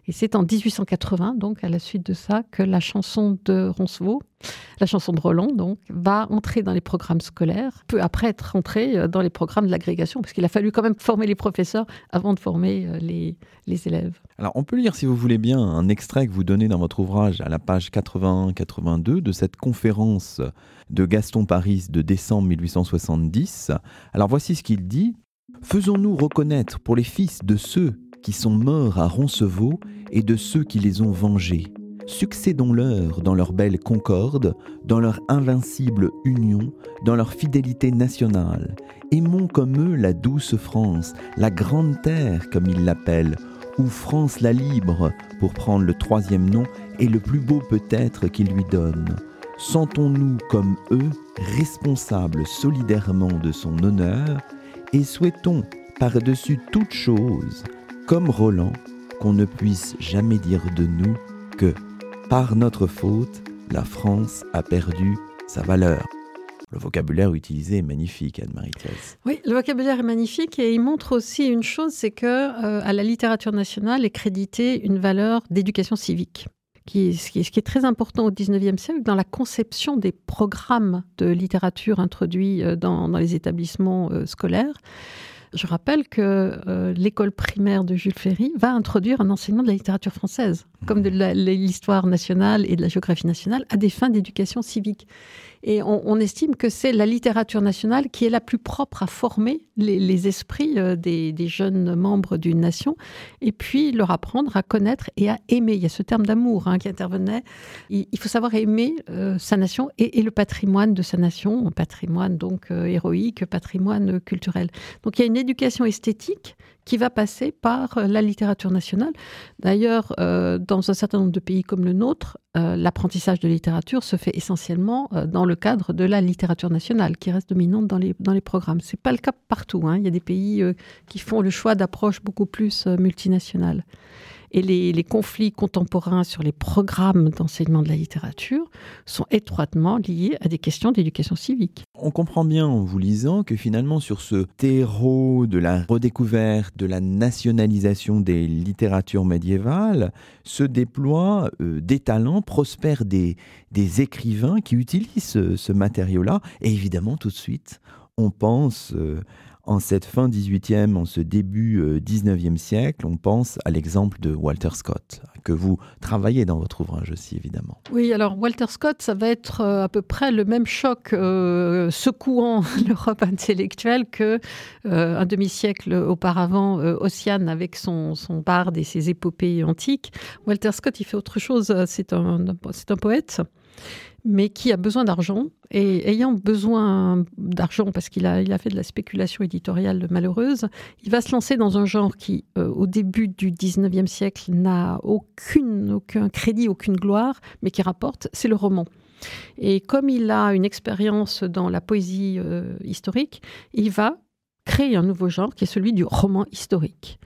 Et c'est en dix-huit cent quatre-vingts, donc à la suite de ça, que la chanson de Roncevaux, la chanson de Roland, donc, va entrer dans les programmes scolaires, peu après être entrée dans les programmes de l'agrégation, parce qu'il a fallu quand même former les professeurs avant de former les, les élèves. Alors, on peut lire, si vous voulez bien, un extrait que vous donnez dans votre ouvrage à la page quatre-vingt-un quatre-vingt-deux de cette conférence de Gaston Paris de décembre mille huit cent soixante-dix. Alors, voici ce qu'il dit. « Faisons-nous reconnaître pour les fils de ceux qui sont morts à Roncevaux et de ceux qui les ont vengés. Succédons-leur dans leur belle concorde, dans leur invincible union, dans leur fidélité nationale. Aimons comme eux la douce France, la grande terre comme ils l'appellent, ou France la libre, pour prendre le troisième nom et le plus beau peut-être qu'ils lui donnent. Sentons-nous comme eux, responsables solidairement de son honneur, et souhaitons, par-dessus toute chose, comme Roland, qu'on ne puisse jamais dire de nous que, par notre faute, la France a perdu sa valeur. » Le vocabulaire utilisé est magnifique, Anne-Marie Claes. Oui, le vocabulaire est magnifique et il montre aussi une chose, c'est que euh, à la littérature nationale est créditée une valeur d'éducation civique, qui est, ce, qui est, ce qui est très important au dix-neuvième siècle dans la conception des programmes de littérature introduits dans, dans les établissements euh, scolaires. Je rappelle que euh, l'école primaire de Jules Ferry va introduire un enseignement de la littérature française, comme de la, l'histoire nationale et de la géographie nationale, à des fins d'éducation civique. Et on, on estime que c'est la littérature nationale qui est la plus propre à former les, les esprits euh, des, des jeunes membres d'une nation, et puis leur apprendre à connaître et à aimer. Il y a ce terme d'amour hein, qui intervenait. Il, il faut savoir aimer euh, sa nation et, et le patrimoine de sa nation, un patrimoine donc euh, héroïque, patrimoine culturel. Donc il y a une éducation esthétique qui va passer par la littérature nationale. D'ailleurs, euh, dans un certain nombre de pays comme le nôtre, euh, l'apprentissage de littérature se fait essentiellement euh, dans le cadre de la littérature nationale, qui reste dominante dans les, dans les programmes. Ce n'est pas le cas partout. Hein. Il y a des pays euh, qui font le choix d'approches beaucoup plus euh, multinationales. Et les, les conflits contemporains sur les programmes d'enseignement de la littérature sont étroitement liés à des questions d'éducation civique. On comprend bien en vous lisant que finalement sur ce terreau de la redécouverte, de la nationalisation des littératures médiévales, se déploient euh, des talents, prospèrent des, des écrivains qui utilisent ce, ce matériau-là. Et évidemment, tout de suite, on pense... Euh, En cette fin dix-huitième, en ce début dix-neuvième siècle, on pense à l'exemple de Walter Scott, que vous travaillez dans votre ouvrage aussi, évidemment. Oui, alors Walter Scott, ça va être à peu près le même choc euh, secouant l'Europe intellectuelle que euh, un demi-siècle auparavant, euh, Ossian avec son, son barde et ses épopées antiques. Walter Scott, il fait autre chose, c'est un, c'est un poète, mais qui a besoin d'argent. Et ayant besoin d'argent, parce qu'il a, il a fait de la spéculation éditoriale malheureuse, il va se lancer dans un genre qui, euh, au début du dix-neuvième siècle, n'a aucune, aucun crédit, aucune gloire, mais qui rapporte, c'est le roman. Et comme il a une expérience dans la poésie euh, historique, il va créer un nouveau genre qui est celui du roman historique.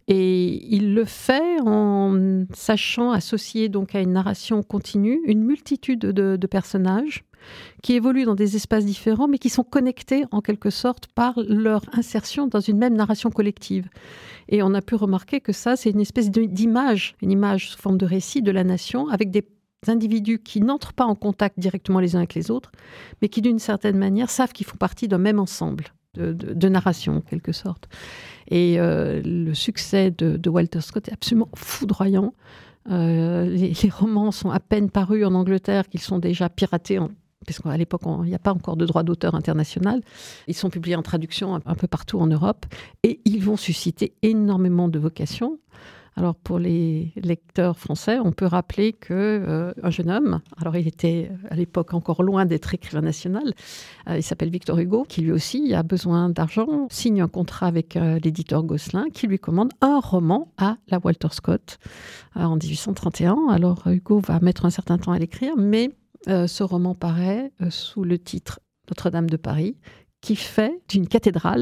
Et il le fait en sachant associer donc à une narration continue une multitude de, de personnages qui évoluent dans des espaces différents, mais qui sont connectés en quelque sorte par leur insertion dans une même narration collective. Et on a pu remarquer que ça, c'est une espèce de, d'image, une image sous forme de récit de la nation, avec des individus qui n'entrent pas en contact directement les uns avec les autres, mais qui d'une certaine manière savent qu'ils font partie d'un même ensemble de, de, de narration en quelque sorte. Et euh, le succès de, de Walter Scott est absolument foudroyant. Euh, les, les romans sont à peine parus en Angleterre qu'ils sont déjà piratés, en, parce qu'à l'époque, il n'y a pas encore de droit d'auteur international. Ils sont publiés en traduction un, un peu partout en Europe et ils vont susciter énormément de vocations. Alors pour les lecteurs français, on peut rappeler qu'un euh, jeune homme, alors il était à l'époque encore loin d'être écrivain national, euh, il s'appelle Victor Hugo, qui lui aussi a besoin d'argent, signe un contrat avec euh, l'éditeur Gosselin, qui lui commande un roman à la Walter Scott euh, en dix-huit cent trente et un. Alors Hugo va mettre un certain temps à l'écrire, mais euh, ce roman paraît euh, sous le titre Notre-Dame de Paris, qui fait d'une cathédrale une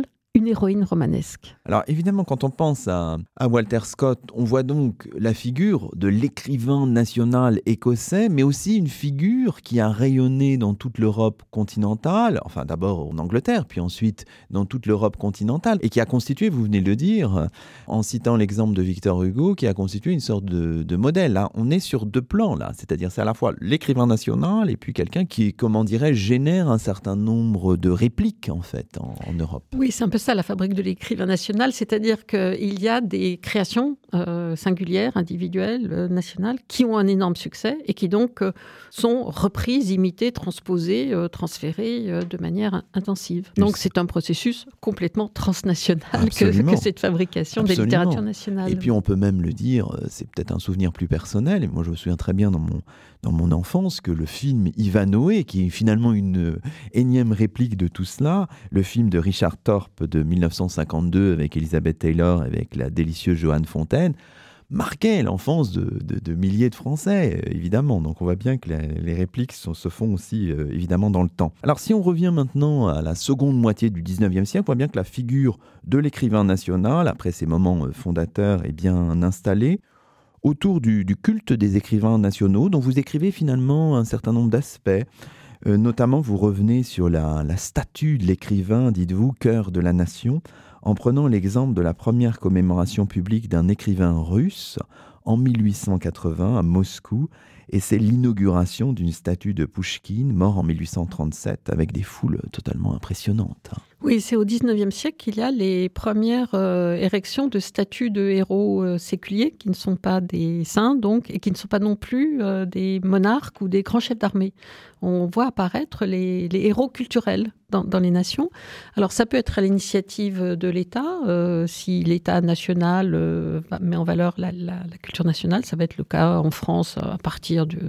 une héroïne romanesque. Alors évidemment, quand on pense à, à Walter Scott, on voit donc la figure de l'écrivain national écossais, mais aussi une figure qui a rayonné dans toute l'Europe continentale, enfin d'abord en Angleterre, puis ensuite dans toute l'Europe continentale, et qui a constitué, vous venez de le dire, en citant l'exemple de Victor Hugo, qui a constitué une sorte de, de modèle. Là, on est sur deux plans, là, c'est-à-dire c'est à la fois l'écrivain national et puis quelqu'un qui, comment dirais-je, génère un certain nombre de répliques, en fait, en, en Europe. Oui, c'est un peu ça, la fabrique de l'écrivain national, c'est-à-dire qu'il y a des créations euh, singulières, individuelles, euh, nationales, qui ont un énorme succès et qui donc euh, sont reprises, imitées, transposées, euh, transférées euh, de manière intensive. Donc c'est un processus complètement transnational que, que cette fabrication Absolument. Des littératures nationales. Et puis on peut même le dire, c'est peut-être un souvenir plus personnel, et moi je me souviens très bien dans mon, dans mon enfance que le film Ivanhoé, qui est finalement une énième réplique de tout cela, le film de Richard Thorpe de dix-neuf cent cinquante-deux avec Elizabeth Taylor, avec la délicieuse Johanne Fontaine, marquait l'enfance de, de, de milliers de Français, évidemment. Donc on voit bien que les, les répliques sont, se font aussi, euh, évidemment, dans le temps. Alors si on revient maintenant à la seconde moitié du dix-neuvième siècle, on voit bien que la figure de l'écrivain national, après ses moments fondateurs, est bien installée autour du, du culte des écrivains nationaux, dont vous écrivez finalement un certain nombre d'aspects. Euh, notamment, vous revenez sur la, la statue de l'écrivain, dites-vous, cœur de la nation, en prenant l'exemple de la première commémoration publique d'un écrivain russe en mille huit cent quatre-vingts à Moscou, et c'est l'inauguration d'une statue de Pouchkine, mort en mille huit cent trente-sept, avec des foules totalement impressionnantes. Oui, c'est au dix-neuvième siècle qu'il y a les premières euh, érections de statues de héros euh, séculiers, qui ne sont pas des saints, donc, et qui ne sont pas non plus euh, des monarques ou des grands chefs d'armée. On voit apparaître les, les héros culturels dans, dans les nations. Alors ça peut être à l'initiative de l'État, euh, si l'État national euh, met en valeur la, la, la culture nationale, ça va être le cas en France à partir de...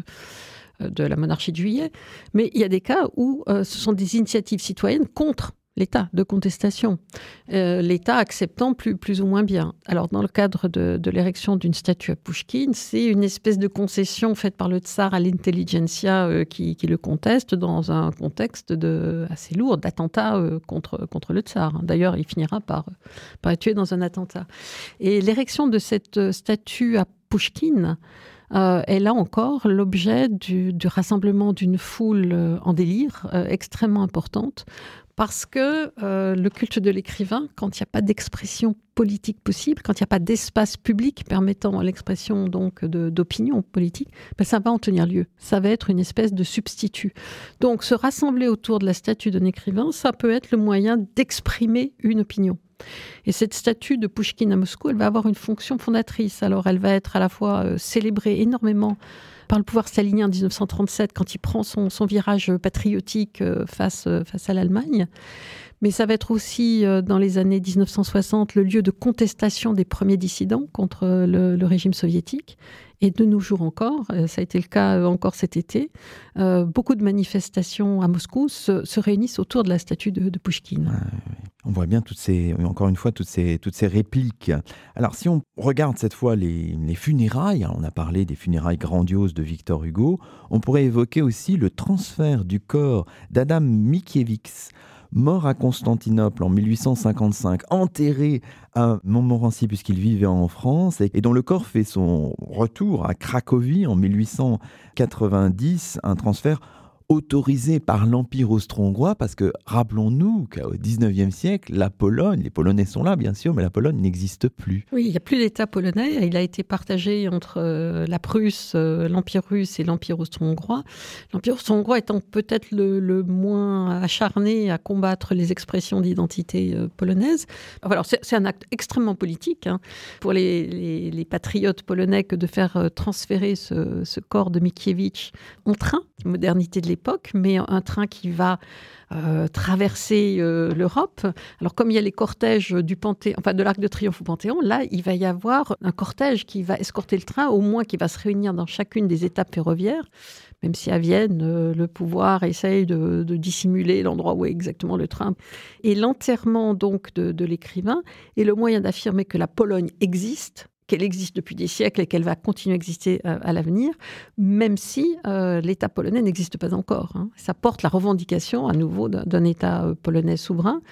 de la monarchie de Juillet, mais il y a des cas où euh, ce sont des initiatives citoyennes contre l'État, de contestation, euh, l'État acceptant plus, plus ou moins bien. Alors, dans le cadre de, de l'érection d'une statue à Pouchkine, c'est une espèce de concession faite par le tsar à l'intelligentsia euh, qui, qui le conteste dans un contexte de, assez lourd d'attentat euh, contre, contre le tsar. D'ailleurs, il finira par, par être tué dans un attentat. Et l'érection de cette statue à Pouchkine, Euh, est là encore l'objet du, du rassemblement d'une foule euh, en délire euh, extrêmement importante, parce que euh, le culte de l'écrivain, quand il n'y a pas d'expression politique possible, quand il n'y a pas d'espace public permettant l'expression donc de, d'opinion politique, ben ça va en tenir lieu. Ça va être une espèce de substitut. Donc se rassembler autour de la statue d'un écrivain, ça peut être le moyen d'exprimer une opinion. Et cette statue de Pouchkine à Moscou, elle va avoir une fonction fondatrice. Alors elle va être à la fois euh, célébrée énormément par le pouvoir stalinien en dix-neuf cent trente-sept, quand il prend son, son virage patriotique euh, face, euh, face à l'Allemagne. Mais ça va être aussi, euh, dans les années dix-neuf cent soixante, le lieu de contestation des premiers dissidents contre le, le régime soviétique. Et de nos jours encore, euh, ça a été le cas euh, encore cet été, euh, beaucoup de manifestations à Moscou se, se réunissent autour de la statue de, de Pouchkine. Ah, oui. On voit bien toutes ces, encore une fois toutes ces, toutes ces répliques. Alors si on regarde cette fois les, les funérailles, on a parlé des funérailles grandioses de Victor Hugo, on pourrait évoquer aussi le transfert du corps d'Adam Mickiewicz, mort à Constantinople en mille huit cent cinquante-cinq, enterré à Montmorency puisqu'il vivait en France, et, et dont le corps fait son retour à Cracovie en mille huit cent quatre-vingt-dix, un transfert autorisé par l'Empire austro-hongrois, parce que rappelons-nous qu'au dix-neuvième siècle, la Pologne, les Polonais sont là bien sûr, mais la Pologne n'existe plus. Oui, il n'y a plus d'État polonais, il a été partagé entre euh, la Prusse, euh, l'Empire russe et l'Empire austro-hongrois. L'Empire austro-hongrois étant peut-être le, le moins acharné à combattre les expressions d'identité euh, polonaise. Alors c'est, c'est un acte extrêmement politique hein, pour les, les, les patriotes polonais que de faire euh, transférer ce, ce corps de Mickiewicz en train, modernité de l'époque, époque, mais un train qui va euh, traverser euh, l'Europe. Alors, comme il y a les cortèges du Panthéon, enfin de l'Arc de Triomphe au Panthéon, là, il va y avoir un cortège qui va escorter le train, au moins qui va se réunir dans chacune des étapes ferroviaires, même si à Vienne, euh, le pouvoir essaye de, de dissimuler l'endroit où est exactement le train. Et l'enterrement donc de, de l'écrivain est le moyen d'affirmer que la Pologne existe, qu'elle existe depuis des siècles et qu'elle va continuer à exister euh, à l'avenir, même si euh, l'État polonais n'existe pas encore. Hein. Ça porte la revendication à nouveau d'un, d'un État euh, polonais souverain.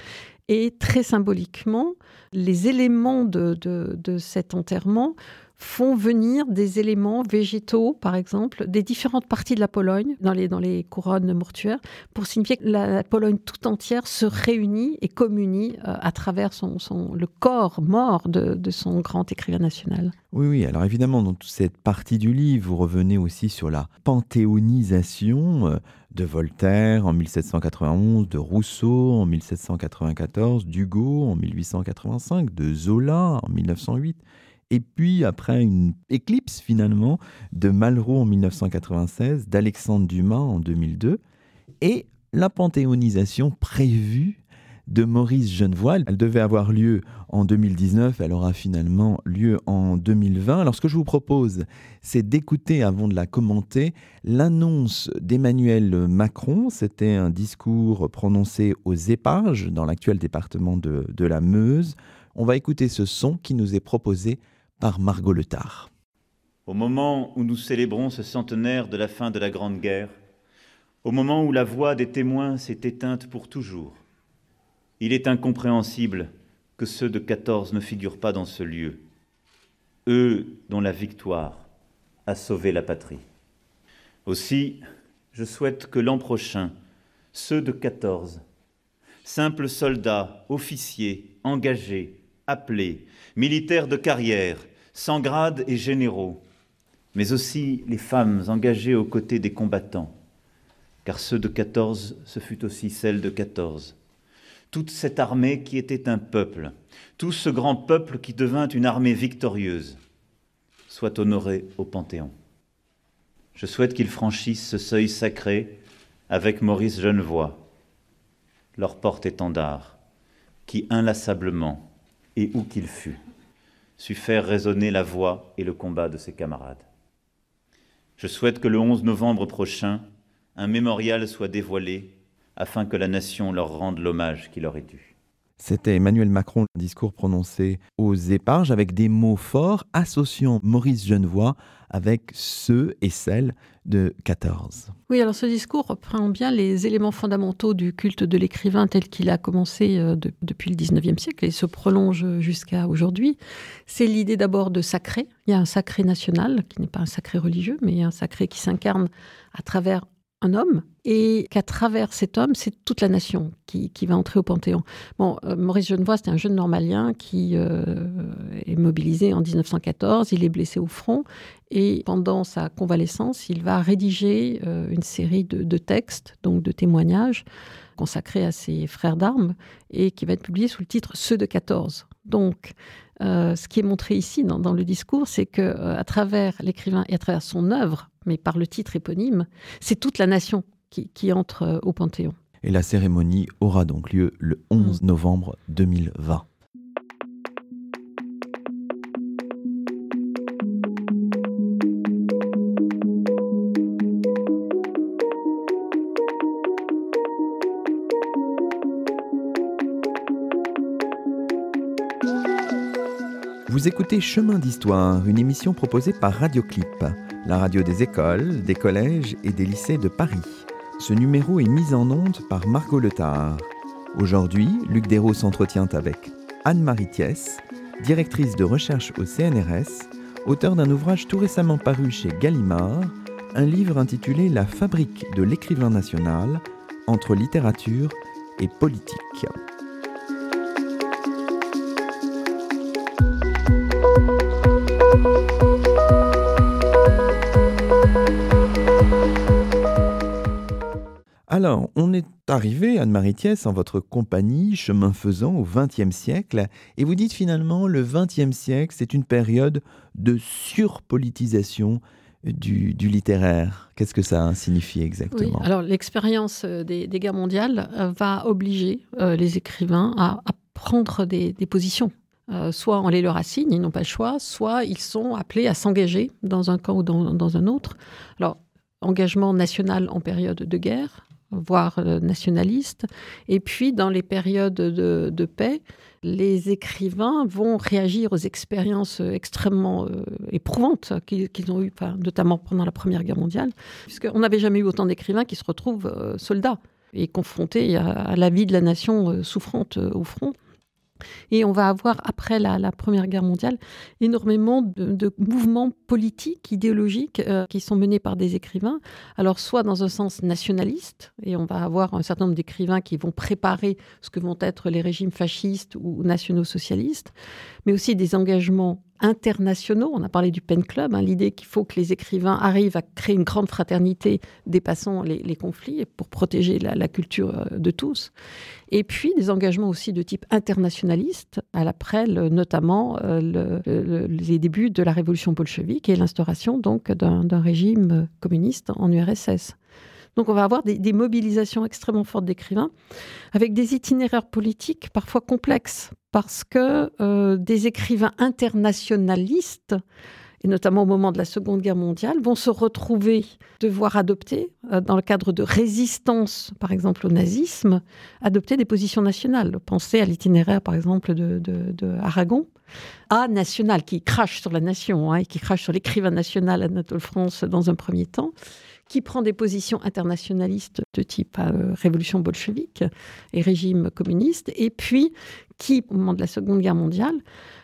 Et très symboliquement, les éléments de, de, de cet enterrement font venir des éléments végétaux, par exemple, des différentes parties de la Pologne, dans les, dans les couronnes mortuaires, pour signifier que la, la Pologne tout entière se réunit et communie euh, à travers son, son, le corps mort de, de son grand écrivain national. Oui, oui. Alors évidemment, dans toute cette partie du livre, vous revenez aussi sur la panthéonisation euh, de Voltaire en mille sept cent quatre-vingt-onze, de Rousseau en mille sept cent quatre-vingt-quatorze, d'Hugo en mille huit cent quatre-vingt-cinq, de Zola en mille neuf cent huit. Et puis, après une éclipse, finalement, de Malraux en mille neuf cent quatre-vingt-seize, d'Alexandre Dumas en deux mille deux, et la panthéonisation prévue de Maurice Genevoix. Elle devait avoir lieu en deux mille dix-neuf, elle aura finalement lieu en deux mille vingt. Alors, ce que je vous propose, c'est d'écouter, avant de la commenter, l'annonce d'Emmanuel Macron. C'était un discours prononcé aux Éparges, dans l'actuel département de, de la Meuse. On va écouter ce son qui nous est proposé par Margot Letard. Au moment où nous célébrons ce centenaire de la fin de la Grande Guerre, au moment où la voix des témoins s'est éteinte pour toujours, il est incompréhensible que ceux de quatorze ne figurent pas dans ce lieu, eux dont la victoire a sauvé la patrie. Aussi, je souhaite que l'an prochain, ceux de quatorze, simples soldats, officiers, engagés, appelés, militaires de carrière, sans grade et généraux, mais aussi les femmes engagées aux côtés des combattants, car ceux de quatorze, ce fut aussi celles de quatorze. Toute cette armée qui était un peuple, tout ce grand peuple qui devint une armée victorieuse, soit honoré au Panthéon. Je souhaite qu'ils franchissent ce seuil sacré avec Maurice Genevoix, leur porte-étendard, qui inlassablement, et où qu'il fût, sut faire résonner la voix et le combat de ses camarades. Je souhaite que le onze novembre prochain, un mémorial soit dévoilé afin que la nation leur rende l'hommage qui leur est dû. C'était Emmanuel Macron, un discours prononcé aux Éparges avec des mots forts associant Maurice Genevoix avec ceux et celles de quatorze. Oui, alors ce discours reprend bien les éléments fondamentaux du culte de l'écrivain tel qu'il a commencé de, depuis le dix-neuvième siècle et se prolonge jusqu'à aujourd'hui. C'est l'idée d'abord de sacré. Il y a un sacré national qui n'est pas un sacré religieux, mais un sacré qui s'incarne à travers un homme, et qu'à travers cet homme, c'est toute la nation qui, qui va entrer au Panthéon. Bon, euh, Maurice Genevoix, c'était un jeune normalien qui euh, est mobilisé en dix-neuf cent quatorze, il est blessé au front, et pendant sa convalescence, il va rédiger euh, une série de, de textes, donc de témoignages, consacrés à ses frères d'armes, et qui va être publié sous le titre « Ceux de quatorze ». Donc, euh, ce qui est montré ici dans, dans le discours, c'est qu'à euh, travers l'écrivain et à travers son œuvre, mais par le titre éponyme, c'est toute la nation qui, qui entre euh, au Panthéon. Et la cérémonie aura donc lieu le onze novembre deux mille vingt. Vous écoutez Chemin d'Histoire, une émission proposée par Radioclip, la radio des écoles, des collèges et des lycées de Paris. Ce numéro est mis en onde par Margot Letard. Aujourd'hui, Luc Dérault s'entretient avec Anne-Marie Thiès, directrice de recherche au C N R S, auteure d'un ouvrage tout récemment paru chez Gallimard, un livre intitulé « La fabrique de l'écrivain national, entre littérature et politique ». Alors, on est arrivé, Anne-Marie Thiès, en votre compagnie, chemin faisant, au vingtième siècle, et vous dites finalement, le vingtième siècle, c'est une période de surpolitisation du, du littéraire. Qu'est-ce que ça signifie exactement ? Oui, alors l'expérience des, des guerres mondiales va obliger euh, les écrivains à, à prendre des, des positions. Euh, soit on les leur assigne, ils n'ont pas le choix, soit ils sont appelés à s'engager dans un camp ou dans, dans un autre. Alors, engagement national en période de guerre, voire nationaliste. Et puis, dans les périodes de, de paix, les écrivains vont réagir aux expériences extrêmement euh, éprouvantes qu'ils, qu'ils ont eues, notamment pendant la Première Guerre mondiale, puisqu'on n'avait jamais eu autant d'écrivains qui se retrouvent euh, soldats. et confronté à, à la vie de la nation euh, souffrante euh, au front. Et on va avoir, après la, la Première Guerre mondiale, énormément de, de mouvements politiques, idéologiques, euh, qui sont menés par des écrivains. Alors, soit dans un sens nationaliste, et on va avoir un certain nombre d'écrivains qui vont préparer ce que vont être les régimes fascistes ou nationaux-socialistes, mais aussi des engagements internationaux. On a parlé du Pen Club, hein, l'idée qu'il faut que les écrivains arrivent à créer une grande fraternité dépassant les, les conflits pour protéger la, la culture de tous. Et puis des engagements aussi de type internationaliste, à l'après le, notamment euh, le, le, les débuts de la révolution bolchevique et l'instauration donc d'un, d'un régime communiste en U R S S. Donc on va avoir des, des mobilisations extrêmement fortes d'écrivains avec des itinéraires politiques parfois complexes parce que euh, des écrivains internationalistes, et notamment au moment de la Seconde Guerre mondiale, vont se retrouver devoir adopter, euh, dans le cadre de résistance, par exemple au nazisme, adopter des positions nationales. Pensez à l'itinéraire, par exemple, de, de, de Aragon, A national, qui crache sur la nation, hein, et qui crache sur l'écrivain national Anatole France dans un premier temps, qui prend des positions internationalistes de type euh, révolution bolchevique et régime communiste, et puis qui, au moment de la Seconde Guerre mondiale,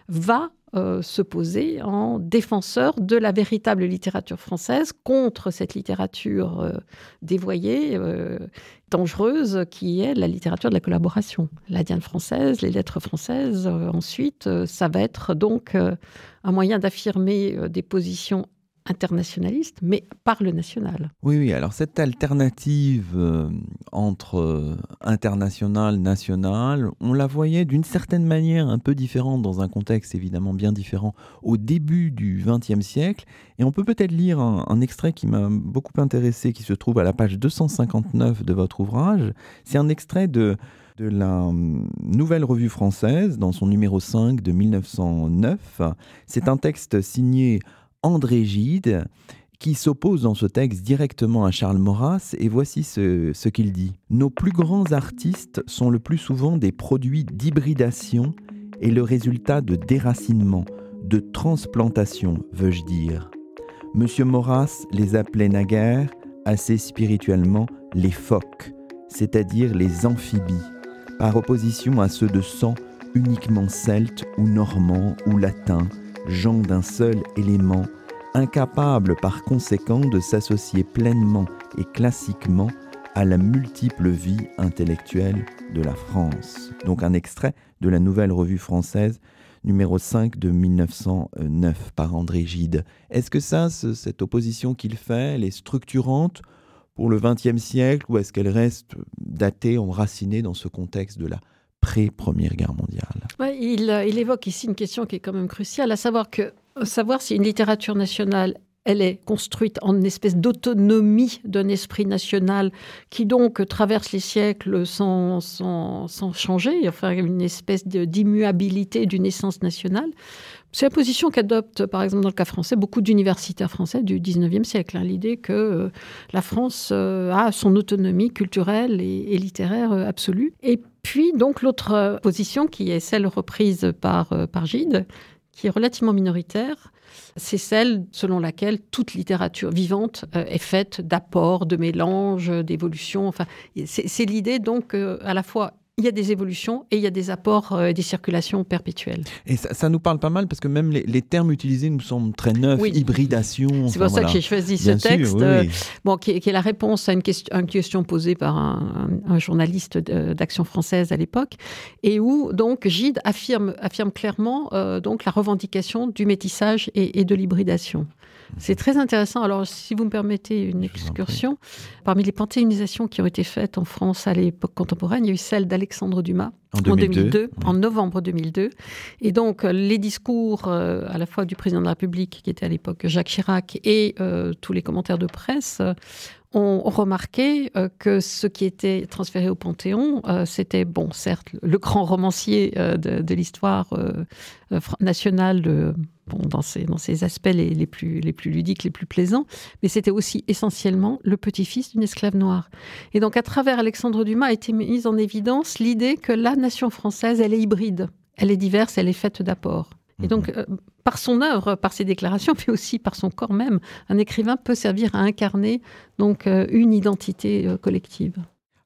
va euh, se poser en défenseur de la véritable littérature française contre cette littérature euh, dévoyée, euh, dangereuse, qui est la littérature de la collaboration. La Diane française, les lettres françaises, euh, ensuite, euh, ça va être donc euh, un moyen d'affirmer euh, des positions internationaliste, mais par le national. Oui, oui. Alors cette alternative euh, entre euh, international, national, on la voyait d'une certaine manière un peu différente dans un contexte évidemment bien différent au début du vingtième siècle. Et on peut peut-être lire un, un extrait qui m'a beaucoup intéressé, qui se trouve à la page deux cent cinquante-neuf de votre ouvrage. C'est un extrait de de la Nouvelle Revue Française, dans son numéro cinq de mille neuf cent neuf. C'est un texte signé André Gide, qui s'oppose dans ce texte directement à Charles Maurras, et voici ce, ce qu'il dit. « Nos plus grands artistes sont le plus souvent des produits d'hybridation et le résultat de déracinement, de transplantation, veux-je dire. Monsieur Maurras les appelait naguère, assez spirituellement, les phoques, c'est-à-dire les amphibies, par opposition à ceux de sang uniquement celtes ou normands ou latins, gens d'un seul élément, incapables par conséquent de s'associer pleinement et classiquement à la multiple vie intellectuelle de la France. » Donc un extrait de la Nouvelle Revue Française, numéro cinq de mille neuf cent neuf, par André Gide. Est-ce que ça, ce, cette opposition qu'il fait, elle est structurante pour le vingtième siècle, ou est-ce qu'elle reste datée, enracinée dans ce contexte de la pré-Première Guerre mondiale? Ouais, il, il évoque ici une question qui est quand même cruciale, à savoir, que, savoir si une littérature nationale, elle est construite en une espèce d'autonomie d'un esprit national qui donc traverse les siècles sans, sans, sans changer, enfin une espèce de, d'immuabilité d'une essence nationale. C'est la position qu'adoptent, par exemple, dans le cas français, beaucoup d'universitaires français du dix-neuvième siècle. Hein, l'idée que euh, la France euh, a son autonomie culturelle et, et littéraire euh, absolue. Et puis, donc, l'autre euh, position, qui est celle reprise par, euh, par Gide, qui est relativement minoritaire, c'est celle selon laquelle toute littérature vivante euh, est faite d'apports, de mélanges, d'évolutions. Enfin, c'est, c'est l'idée, donc, euh, à la fois... il y a des évolutions et il y a des apports et euh, des circulations perpétuelles. Et ça, ça nous parle pas mal parce que même les, les termes utilisés nous semblent très neufs, oui. Hybridation. C'est pour enfin, ça voilà. que j'ai choisi Bien ce texte, sûr, oui, euh, oui. Bon, qui, est, qui est la réponse à une question, une question posée par un, un, un journaliste d'Action française à l'époque, et où donc Gide affirme, affirme clairement euh, donc, la revendication du métissage et, et de l'hybridation. C'est très intéressant. Alors, si vous me permettez une excursion, parmi les panthéonisations qui ont été faites en France à l'époque contemporaine, il y a eu celle d'Alexandre Dumas en deux mille deux, en, deux mille deux, oui. en novembre deux mille deux. Et donc, les discours euh, à la fois du président de la République, qui était à l'époque Jacques Chirac, et euh, tous les commentaires de presse euh, ont remarqué euh, que ce qui était transféré au Panthéon, euh, c'était, bon, certes, le grand romancier euh, de, de l'histoire euh, nationale de... Bon, dans ses, dans ses aspects les, les, plus, les plus ludiques, les plus plaisants, mais c'était aussi essentiellement le petit-fils d'une esclave noire. Et donc, à travers Alexandre Dumas, a été mise en évidence l'idée que la nation française, elle est hybride, elle est diverse, elle est faite d'apports. Et donc, euh, par son œuvre, par ses déclarations, mais aussi par son corps même, un écrivain peut servir à incarner donc, euh, une identité euh, collective.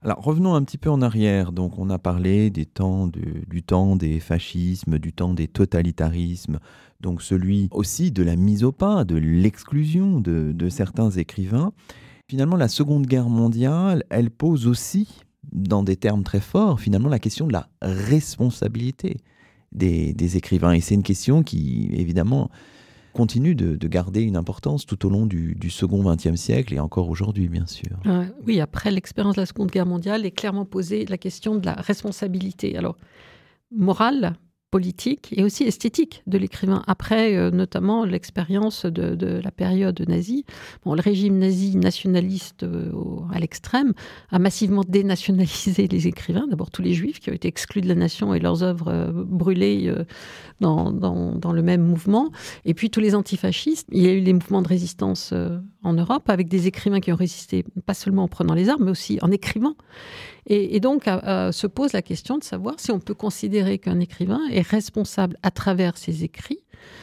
Alors revenons un petit peu en arrière. Donc on a parlé des temps de, du temps des fascismes, du temps des totalitarismes, donc celui aussi de la mise au pas, de l'exclusion de, de certains écrivains. Finalement, la Seconde Guerre mondiale, elle pose aussi, dans des termes très forts, finalement la question de la responsabilité des, des écrivains. Et c'est une question qui, évidemment, continue de, de garder une importance tout au long du, du second vingtième siècle et encore aujourd'hui, bien sûr. Euh, oui, après l'expérience de la Seconde Guerre mondiale est clairement posée la question de la responsabilité. Alors, morale, politique et aussi esthétique de l'écrivain. Après, euh, notamment, l'expérience de, de la période nazie. Bon, le régime nazi nationaliste euh, au, à l'extrême a massivement dénationalisé les écrivains. D'abord, tous les juifs qui ont été exclus de la nation et leurs œuvres euh, brûlées euh, dans, dans, dans le même mouvement. Et puis, tous les antifascistes. Il y a eu les mouvements de résistance euh, en Europe avec des écrivains qui ont résisté, pas seulement en prenant les armes, mais aussi en écrivant. Et, et donc, euh, euh, se pose la question de savoir si on peut considérer qu'un écrivain est responsable à travers ses écrits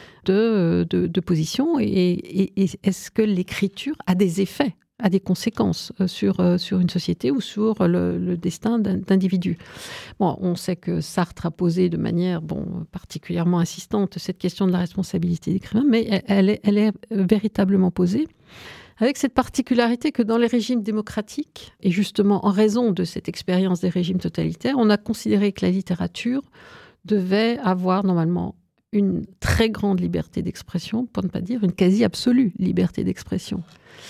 de, de, de position et, et, et est-ce que l'écriture a des effets, a des conséquences sur, sur une société ou sur le, le destin d'individus. Bon, on sait que Sartre a posé de manière bon, particulièrement insistante cette question de la responsabilité d'écrivain, mais elle est, elle est véritablement posée avec cette particularité que dans les régimes démocratiques, et justement en raison de cette expérience des régimes totalitaires, on a considéré que la littérature devait avoir normalement une très grande liberté d'expression, pour ne pas dire une quasi-absolue liberté d'expression.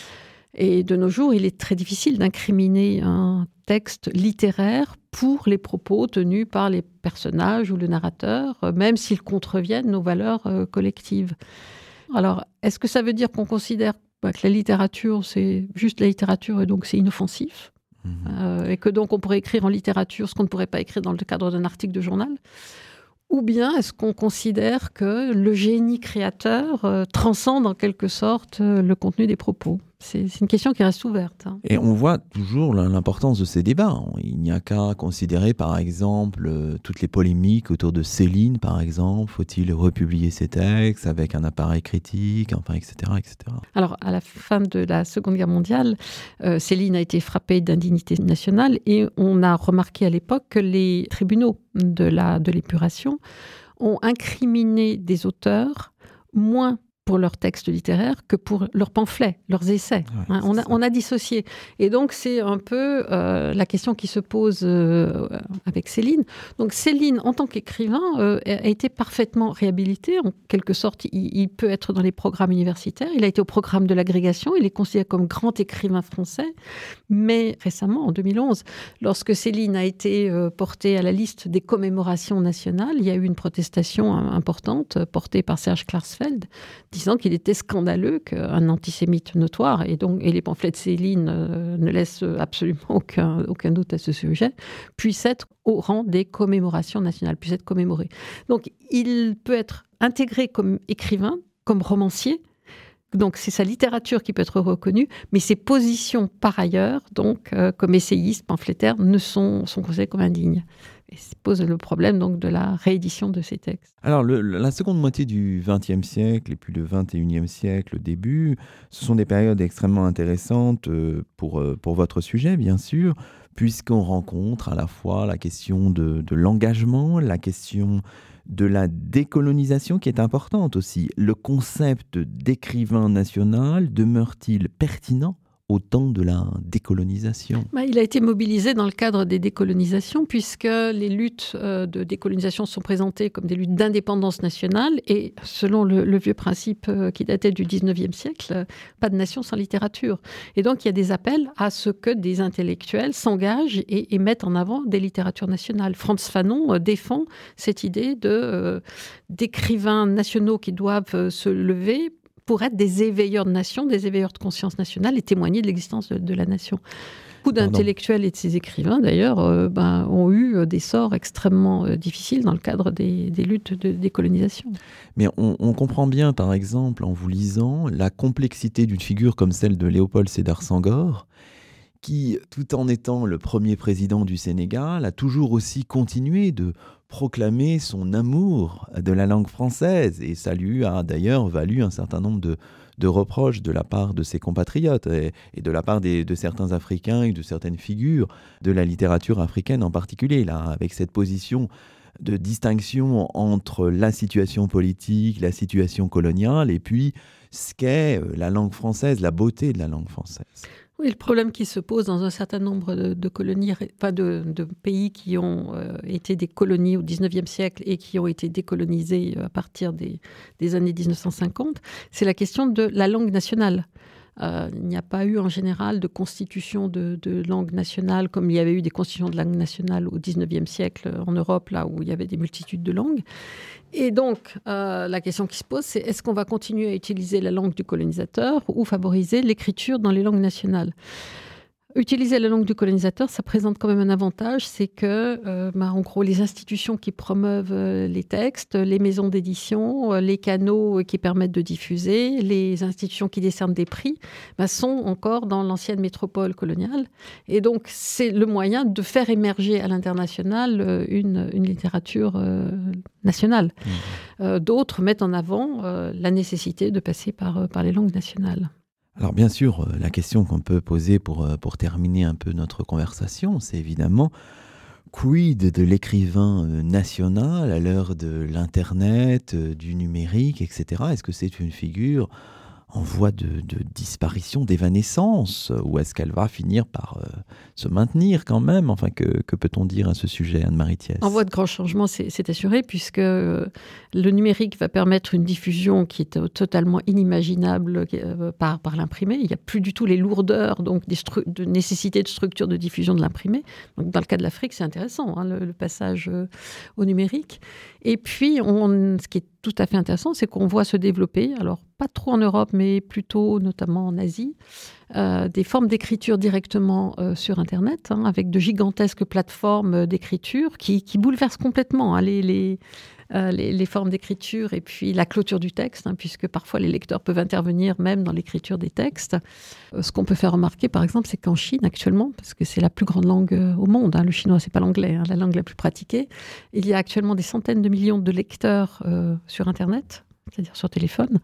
Et de nos jours, il est très difficile d'incriminer un texte littéraire pour les propos tenus par les personnages ou le narrateur, même s'ils contreviennent nos valeurs collectives. Alors, est-ce que ça veut dire qu'on considère que la littérature, c'est juste la littérature et donc c'est inoffensif, mmh. euh, et que donc on pourrait écrire en littérature ce qu'on ne pourrait pas écrire dans le cadre d'un article de journal? Ou bien est-ce qu'on considère que le génie créateur euh, transcende en quelque sorte euh, le contenu des propos? C'est, c'est une question qui reste ouverte. Hein. Et on voit toujours l'importance de ces débats. Il n'y a qu'à considérer, par exemple, euh, toutes les polémiques autour de Céline, par exemple. Faut-il republier ses textes avec un appareil critique, enfin, et cetera, et cetera. Alors, à la fin de la Seconde Guerre mondiale, euh, Céline a été frappée d'indignité nationale et on a remarqué à l'époque que les tribunaux de, la, de l'épuration ont incriminé des auteurs moins pour leurs textes littéraires que pour leurs pamphlets, leurs essais. Ouais, hein, on, a, on a dissocié. Et donc, c'est un peu euh, la question qui se pose euh, avec Céline. Donc, Céline, en tant qu'écrivain, euh, a été parfaitement réhabilité. En quelque sorte, il, il peut être dans les programmes universitaires. Il a été au programme de l'agrégation. Il est considéré comme grand écrivain français. Mais récemment, en deux mille onze, lorsque Céline a été euh, portée à la liste des commémorations nationales, il y a eu une protestation importante portée par Serge Klarsfeld, disant qu'il était scandaleux qu'un antisémite notoire, et, donc, et les pamphlets de Céline euh, ne laissent absolument aucun, aucun doute à ce sujet, puissent être au rang des commémorations nationales, puissent être commémorés. Donc, il peut être intégré comme écrivain, comme romancier, donc c'est sa littérature qui peut être reconnue, mais ses positions par ailleurs, donc euh, comme essayiste, pamphlétaire, ne sont, sont considérées comme indignes. Et ça pose le problème donc de la réédition de ces textes. Alors, le, la seconde moitié du vingtième siècle et puis le vingt et unième siècle, le début, ce sont des périodes extrêmement intéressantes pour, pour votre sujet, bien sûr, puisqu'on rencontre à la fois la question de, de l'engagement, la question de la décolonisation qui est importante aussi. Le concept d'écrivain national demeure-t-il pertinent au temps de la décolonisation? Bah, il a été mobilisé dans le cadre des décolonisations, puisque les luttes euh, de décolonisation sont présentées comme des luttes d'indépendance nationale, et selon le, le vieux principe euh, qui datait du dix-neuvième siècle, euh, pas de nation sans littérature. Et donc il y a des appels à ce que des intellectuels s'engagent et, et mettent en avant des littératures nationales. Frantz Fanon euh, défend cette idée de, euh, d'écrivains nationaux qui doivent euh, se lever pour être des éveilleurs de nation, des éveilleurs de conscience nationale et témoigner de l'existence de, de la nation. Beaucoup d'intellectuels et de ces écrivains, d'ailleurs, euh, ben, ont eu des sorts extrêmement euh, difficiles dans le cadre des, des luttes de décolonisation. Mais on, on comprend bien, par exemple, en vous lisant, la complexité d'une figure comme celle de Léopold Sédar Senghor, qui, tout en étant le premier président du Sénégal, a toujours aussi continué de proclamer son amour de la langue française. Et ça lui a d'ailleurs valu un certain nombre de, de reproches de la part de ses compatriotes et, et de la part des, de certains Africains et de certaines figures de la littérature africaine en particulier, là, avec cette position de distinction entre la situation politique, la situation coloniale et puis ce qu'est la langue française, la beauté de la langue française. Oui, le problème qui se pose dans un certain nombre de, de colonies, pas de, de pays qui ont euh, été des colonies au dix-neuvième siècle et qui ont été décolonisés à partir des, des années dix-neuf cent cinquante, c'est la question de la langue nationale. Euh, il n'y a pas eu en général de constitution de, de langue nationale comme il y avait eu des constitutions de langue nationale au dix-neuvième siècle en Europe, là où il y avait des multitudes de langues. Et donc, euh, la question qui se pose, c'est est-ce qu'on va continuer à utiliser la langue du colonisateur ou favoriser l'écriture dans les langues nationales ? Utiliser la langue du colonisateur, ça présente quand même un avantage, c'est que, euh, bah, en gros, les institutions qui promeuvent euh, les textes, les maisons d'édition, euh, les canaux qui permettent de diffuser, les institutions qui décernent des prix, bah, sont encore dans l'ancienne métropole coloniale. Et donc, c'est le moyen de faire émerger à l'international euh, une, une littérature euh, nationale. Mmh. Euh, d'autres mettent en avant euh, la nécessité de passer par, euh, par les langues nationales. Alors bien sûr, la question qu'on peut poser pour, pour terminer un peu notre conversation, c'est évidemment quid de l'écrivain national à l'heure de l'Internet, du numérique, et cetera. Est-ce que c'est une figure en voie de, de disparition, d'évanescence, ou est-ce qu'elle va finir par euh, se maintenir quand même ? Enfin, que, que peut-on dire à ce sujet, Anne-Marie Thiès ? En voie de grand changement, c'est, c'est assuré, puisque euh, le numérique va permettre une diffusion qui est euh, totalement inimaginable euh, par, par l'imprimé. Il n'y a plus du tout les lourdeurs, donc des stru- de nécessité de structure de diffusion de l'imprimé. Donc, dans le cas de l'Afrique, c'est intéressant, hein, le, le passage euh, au numérique. Et puis, on, ce qui est tout à fait intéressant, c'est qu'on voit se développer, alors pas trop en Europe, mais plutôt notamment en Asie, euh, des formes d'écriture directement euh, sur Internet, hein, avec de gigantesques plateformes d'écriture qui, qui bouleversent complètement hein, les, les, euh, les, les formes d'écriture et puis la clôture du texte, hein, puisque parfois les lecteurs peuvent intervenir même dans l'écriture des textes. Euh, ce qu'on peut faire remarquer, par exemple, c'est qu'en Chine, actuellement, parce que c'est la plus grande langue euh, au monde, hein, le chinois, c'est pas l'anglais, hein, la langue la plus pratiquée, il y a actuellement des centaines de millions de lecteurs euh, sur Internet, c'est-à-dire sur téléphone,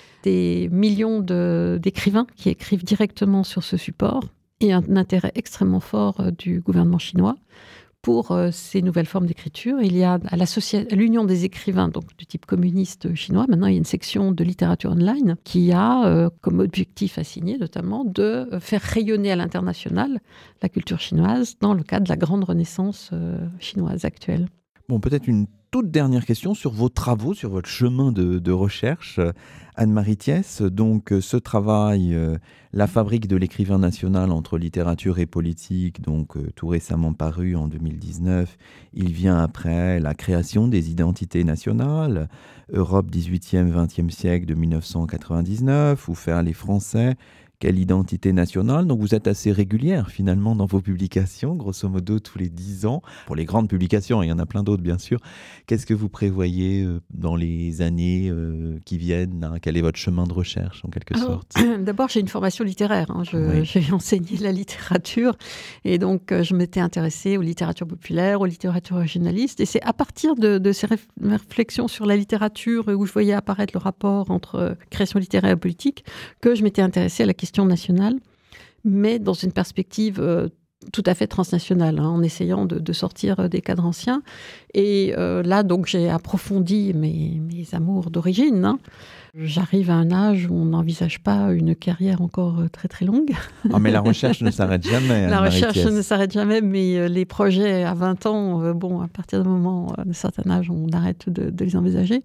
des millions de, d'écrivains qui écrivent directement sur ce support et un intérêt extrêmement fort euh, du gouvernement chinois pour euh, ces nouvelles formes d'écriture. Il y a à, à l'Union des écrivains, donc du type communiste chinois, maintenant il y a une section de littérature online qui a euh, comme objectif assigné notamment de faire rayonner à l'international la culture chinoise dans le cadre de la grande renaissance euh, chinoise actuelle. Bon, peut-être une toute dernière question sur vos travaux, sur votre chemin de, de recherche. Anne-Marie Thiès, donc ce travail, euh, La fabrique de l'écrivain national entre littérature et politique, donc euh, tout récemment paru en deux mille dix-neuf, il vient après la création des identités nationales, Europe dix-huitième vingtième siècle de mille neuf cent quatre-vingt-dix-neuf, ou Faire les Français, quelle identité nationale. Donc vous êtes assez régulière finalement dans vos publications, grosso modo tous les dix ans. Pour les grandes publications, il y en a plein d'autres bien sûr. Qu'est-ce que vous prévoyez dans les années euh, qui viennent là ? Quel est votre chemin de recherche en quelque Alors, sorte ? D'abord, j'ai une formation littéraire. Hein. Je, oui. J'ai enseigné la littérature et donc euh, je m'étais intéressée aux littératures populaires, aux littératures régionalistes. Et c'est à partir de, de ces réf- réflexions sur la littérature où je voyais apparaître le rapport entre euh, création littéraire et politique que je m'étais intéressée à la question nationale, mais dans une perspective euh, tout à fait transnationale, hein, en essayant de, de sortir des cadres anciens. Et euh, là, donc, j'ai approfondi mes, mes amours d'origine. Hein. J'arrive à un âge où on n'envisage pas une carrière encore très, très longue. Ah, mais la recherche ne s'arrête jamais. La recherche ne s'arrête jamais, mais les projets à vingt ans, euh, bon, à partir d'un moment, d'un certain âge, on arrête de, de les envisager.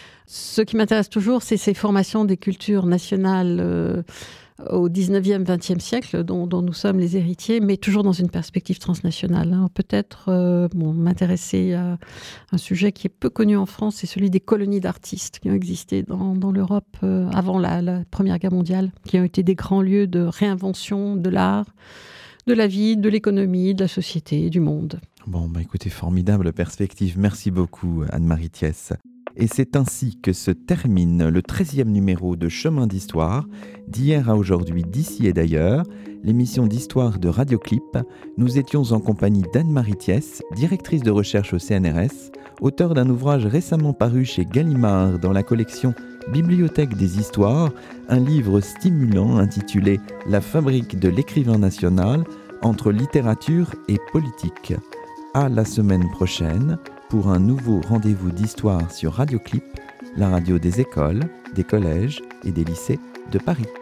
Ce qui m'intéresse toujours, c'est ces formations des cultures nationales euh, au dix-neuvième vingtième siècle, dont, dont nous sommes les héritiers, mais toujours dans une perspective transnationale. Hein. Peut-être euh, bon, m'intéresser à un sujet qui est peu connu en France, c'est celui des colonies d'artistes qui ont existé dans, dans l'Europe euh, avant la, la Première Guerre mondiale, qui ont été des grands lieux de réinvention de l'art, de la vie, de l'économie, de la société, du monde. Bon, bah écoutez, formidable perspective. Merci beaucoup, Anne-Marie Thiès. Et c'est ainsi que se termine le treizième numéro de Chemin d'Histoire, d'hier à aujourd'hui, d'ici et d'ailleurs, l'émission d'histoire de Radioclip. Nous étions en compagnie d'Anne-Marie Thiès, directrice de recherche au C N R S, auteure d'un ouvrage récemment paru chez Gallimard dans la collection Bibliothèque des Histoires, un livre stimulant intitulé « La fabrique de l'écrivain national entre littérature et politique ». À la semaine prochaine pour un nouveau rendez-vous d'histoire sur Radioclip, la radio des écoles, des collèges et des lycées de Paris.